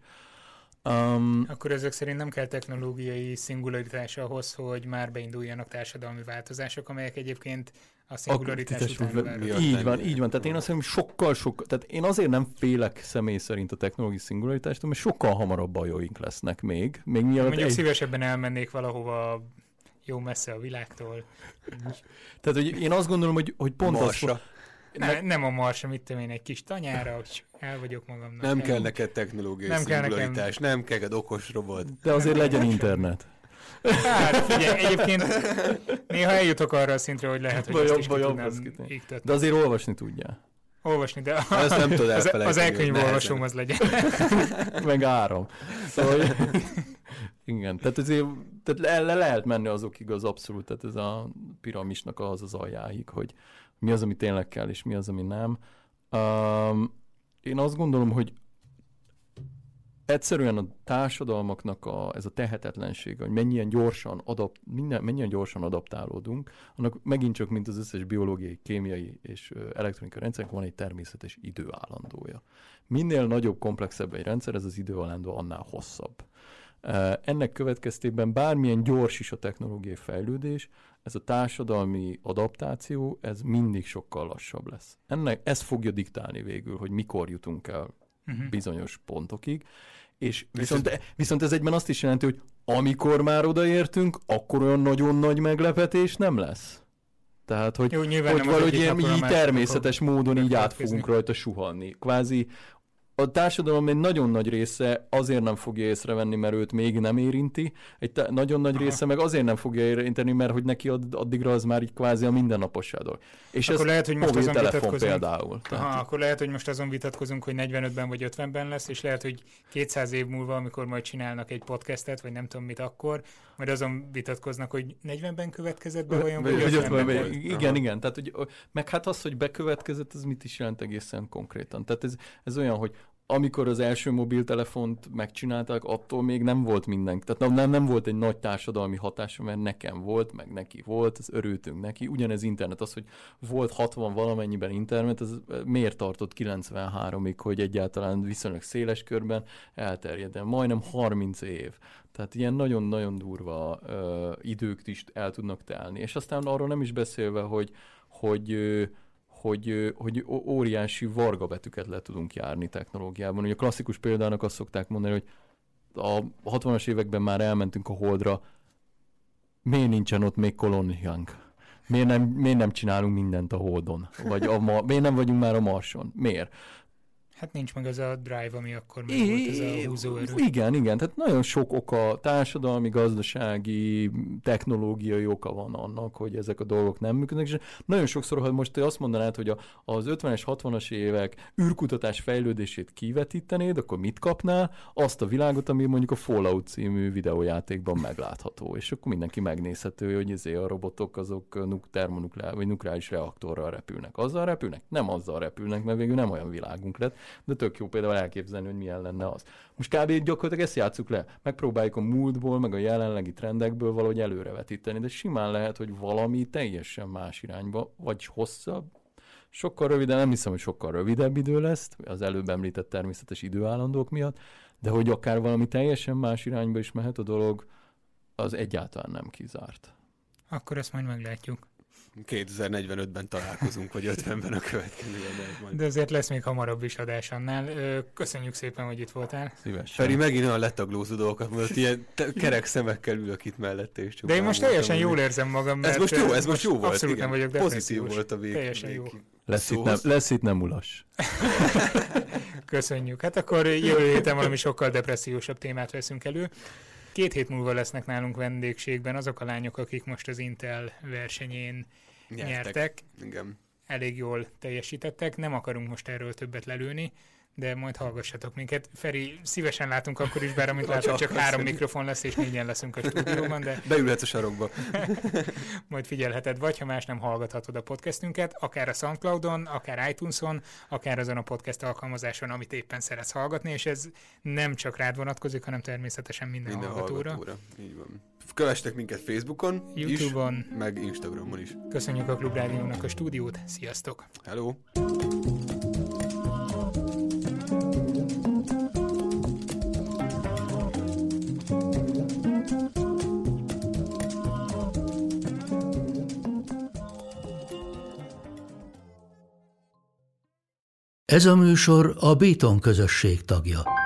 Akkor ezek szerint nem kell technológiai szingularitás ahhoz, hogy már beinduljanak társadalmi változások, amelyek egyébként a szingularitás után így van. Tehát én azt mondom, tehát én azért nem félek személy szerint a technológiai szingularitástól, mert sokkal hamarabb bajaink lesznek még mielőtt mondjuk szívesebben elmennék valahova jó messze a világtól. Tehát, hogy én azt gondolom, hogy pont Marsra. Nem a Marsra, mit tudom én, egy kis tanyára, hogy el vagyok magamnak. Nem kell neked technológiai szingularitás, nem kell neked okos robot. De azért legyen internet. Hát figyelj, egyébként néha eljutok arra a szintre, hogy lehet, hogy ezt is ki tudnám iktatni. De azért olvasni tudjál. Olvasni, de ezt nem tudod elfelejteni. Az elkönyvolvasom az legyen. Meg áram. Szóval, igen, tehát le lehet menni azokig az abszolút, tehát ez a piramisnak az aljáig, hogy mi az, ami tényleg kell, és mi az, ami nem. Én azt gondolom, hogy egyszerűen a társadalmaknak ez a tehetetlensége, hogy mennyien gyorsan adaptálódunk, annak megint csak, mint az összes biológiai, kémiai és elektronikai rendszernek van egy természetes időállandója. Minél nagyobb, komplexebb egy rendszer, ez az időállandó annál hosszabb. Ennek következtében bármilyen gyors is a technológiai fejlődés, ez a társadalmi adaptáció, ez mindig sokkal lassabb lesz. Ez fogja diktálni végül, hogy mikor jutunk el bizonyos pontokig, és viszont ez egyben azt is jelenti, hogy amikor már odaértünk, akkor olyan nagyon nagy meglepetés nem lesz. Tehát, hogy valahogy ilyen így természetes módon így át fogunk rajta suhanni. Kvázi a társadalom egy nagyon nagy része azért nem fogja észrevenni, mert őt még nem érinti, nagyon nagy része meg azért nem fogja érinteni, mert hogy neki addigra az már így kvázi a mindennapossá dolog. És akkor ez lehet, hogy most azon vitatkozunk, például. Akkor lehet, hogy most azon vitatkozunk, hogy 45-ben vagy 50-ben lesz, és lehet, hogy 200 év múlva, amikor majd csinálnak egy podcastet, vagy nem tudom mit akkor, majd azon vitatkoznak, hogy 40-ben következett be, vagy 50-ben volt. Igen. Tehát, hogy, meg hát az, hogy bekövetkezett, az mit is jelent egészen konkrétan. Tehát ez olyan, hogy amikor az első mobiltelefont megcsinálták, attól még nem volt minden. Tehát nem volt egy nagy társadalmi hatása, mert nekem volt, meg neki volt, az örültünk neki. Ugyanez internet, az, hogy volt 60 valamennyiben internet, ez miért tartott 93-ig, hogy egyáltalán viszonylag széles körben elterjedjen. Majdnem 30 év. Tehát ilyen nagyon-nagyon durva idők is el tudnak telni. És aztán arról nem is beszélve, hogy óriási vargabetűket le tudunk járni technológiában. Ugye a klasszikus példának azt szokták mondani, hogy a 60-as években már elmentünk a Holdra, miért nincsen ott még kolóniánk? Miért nem csinálunk mindent a Holdon? Vagy miért nem vagyunk már a Marson? Miért? Hát nincs meg az a drive, ami akkor még volt, ez a húzóerő. Igen, tehát nagyon sok oka, társadalmi, gazdasági, technológiai oka van annak, hogy ezek a dolgok nem működnek, és nagyon sokszor, ha most te azt mondanád, hogy az 50-es, 60-as évek űrkutatás fejlődését kivetítenéd, akkor mit kapnál? Azt a világot, ami mondjuk a Fallout című videójátékban meglátható, és akkor mindenki megnézhető, hogy a robotok azok nukleáris reaktorral repülnek. Azzal repülnek? Nem azzal repülnek, mert végül nem olyan világunk lett, de tök jó például elképzelni, hogy milyen lenne az. Most kb. Gyakorlatilag ezt játsszuk le. Megpróbáljuk a múltból, meg a jelenlegi trendekből valahogy előrevetíteni, de simán lehet, hogy valami teljesen más irányba, vagy hosszabb, sokkal rövidebb, nem hiszem, hogy sokkal rövidebb idő lesz, az előbb említett természetes időállandók miatt, de hogy akár valami teljesen más irányba is mehet a dolog, az egyáltalán nem kizárt. Akkor ezt majd meglátjuk. 2045-ben találkozunk, vagy 50-ben a következőben. De azért lesz még hamarabb is adás annál. Köszönjük szépen, hogy itt voltál. Szívesen. Feri megint olyan letaglózó dolgokat mondott, ilyen kerek szemekkel ülök itt mellette. És csak de én most teljesen jól érzem magam, mert ez most jó volt. Abszolút nem vagyok depressziós. Pozitív volt a vég. Teljesen jó. Lesz itt nem ulas. Köszönjük. Hát akkor jövő héten valami sokkal depressziósabb témát veszünk elő. 2 hét múlva lesznek nálunk vendégségben azok a lányok, akik most az Intel versenyén nyertek. Igen. Elég jól teljesítettek. Nem akarunk most erről többet lelőni, de majd hallgassatok minket. Feri, szívesen látunk akkor is, bár amint látod, csak 3 mikrofon lesz, és 4-en leszünk a stúdióban, de... Beülhetsz a sarokba. Majd figyelheted, vagy ha más nem hallgathatod a podcastünket, akár a SoundCloudon, akár iTunes-on, akár azon a podcast alkalmazáson, amit éppen szeretsz hallgatni, és ez nem csak rád vonatkozik, hanem természetesen minden hallgatóra. Így van. Kövessetek minket Facebookon, YouTube-on, is, meg Instagramon is. Köszönjük a Klubrádiónak a stúdiót, sziasztok! Hello! Ez a műsor a Béton közösség tagja.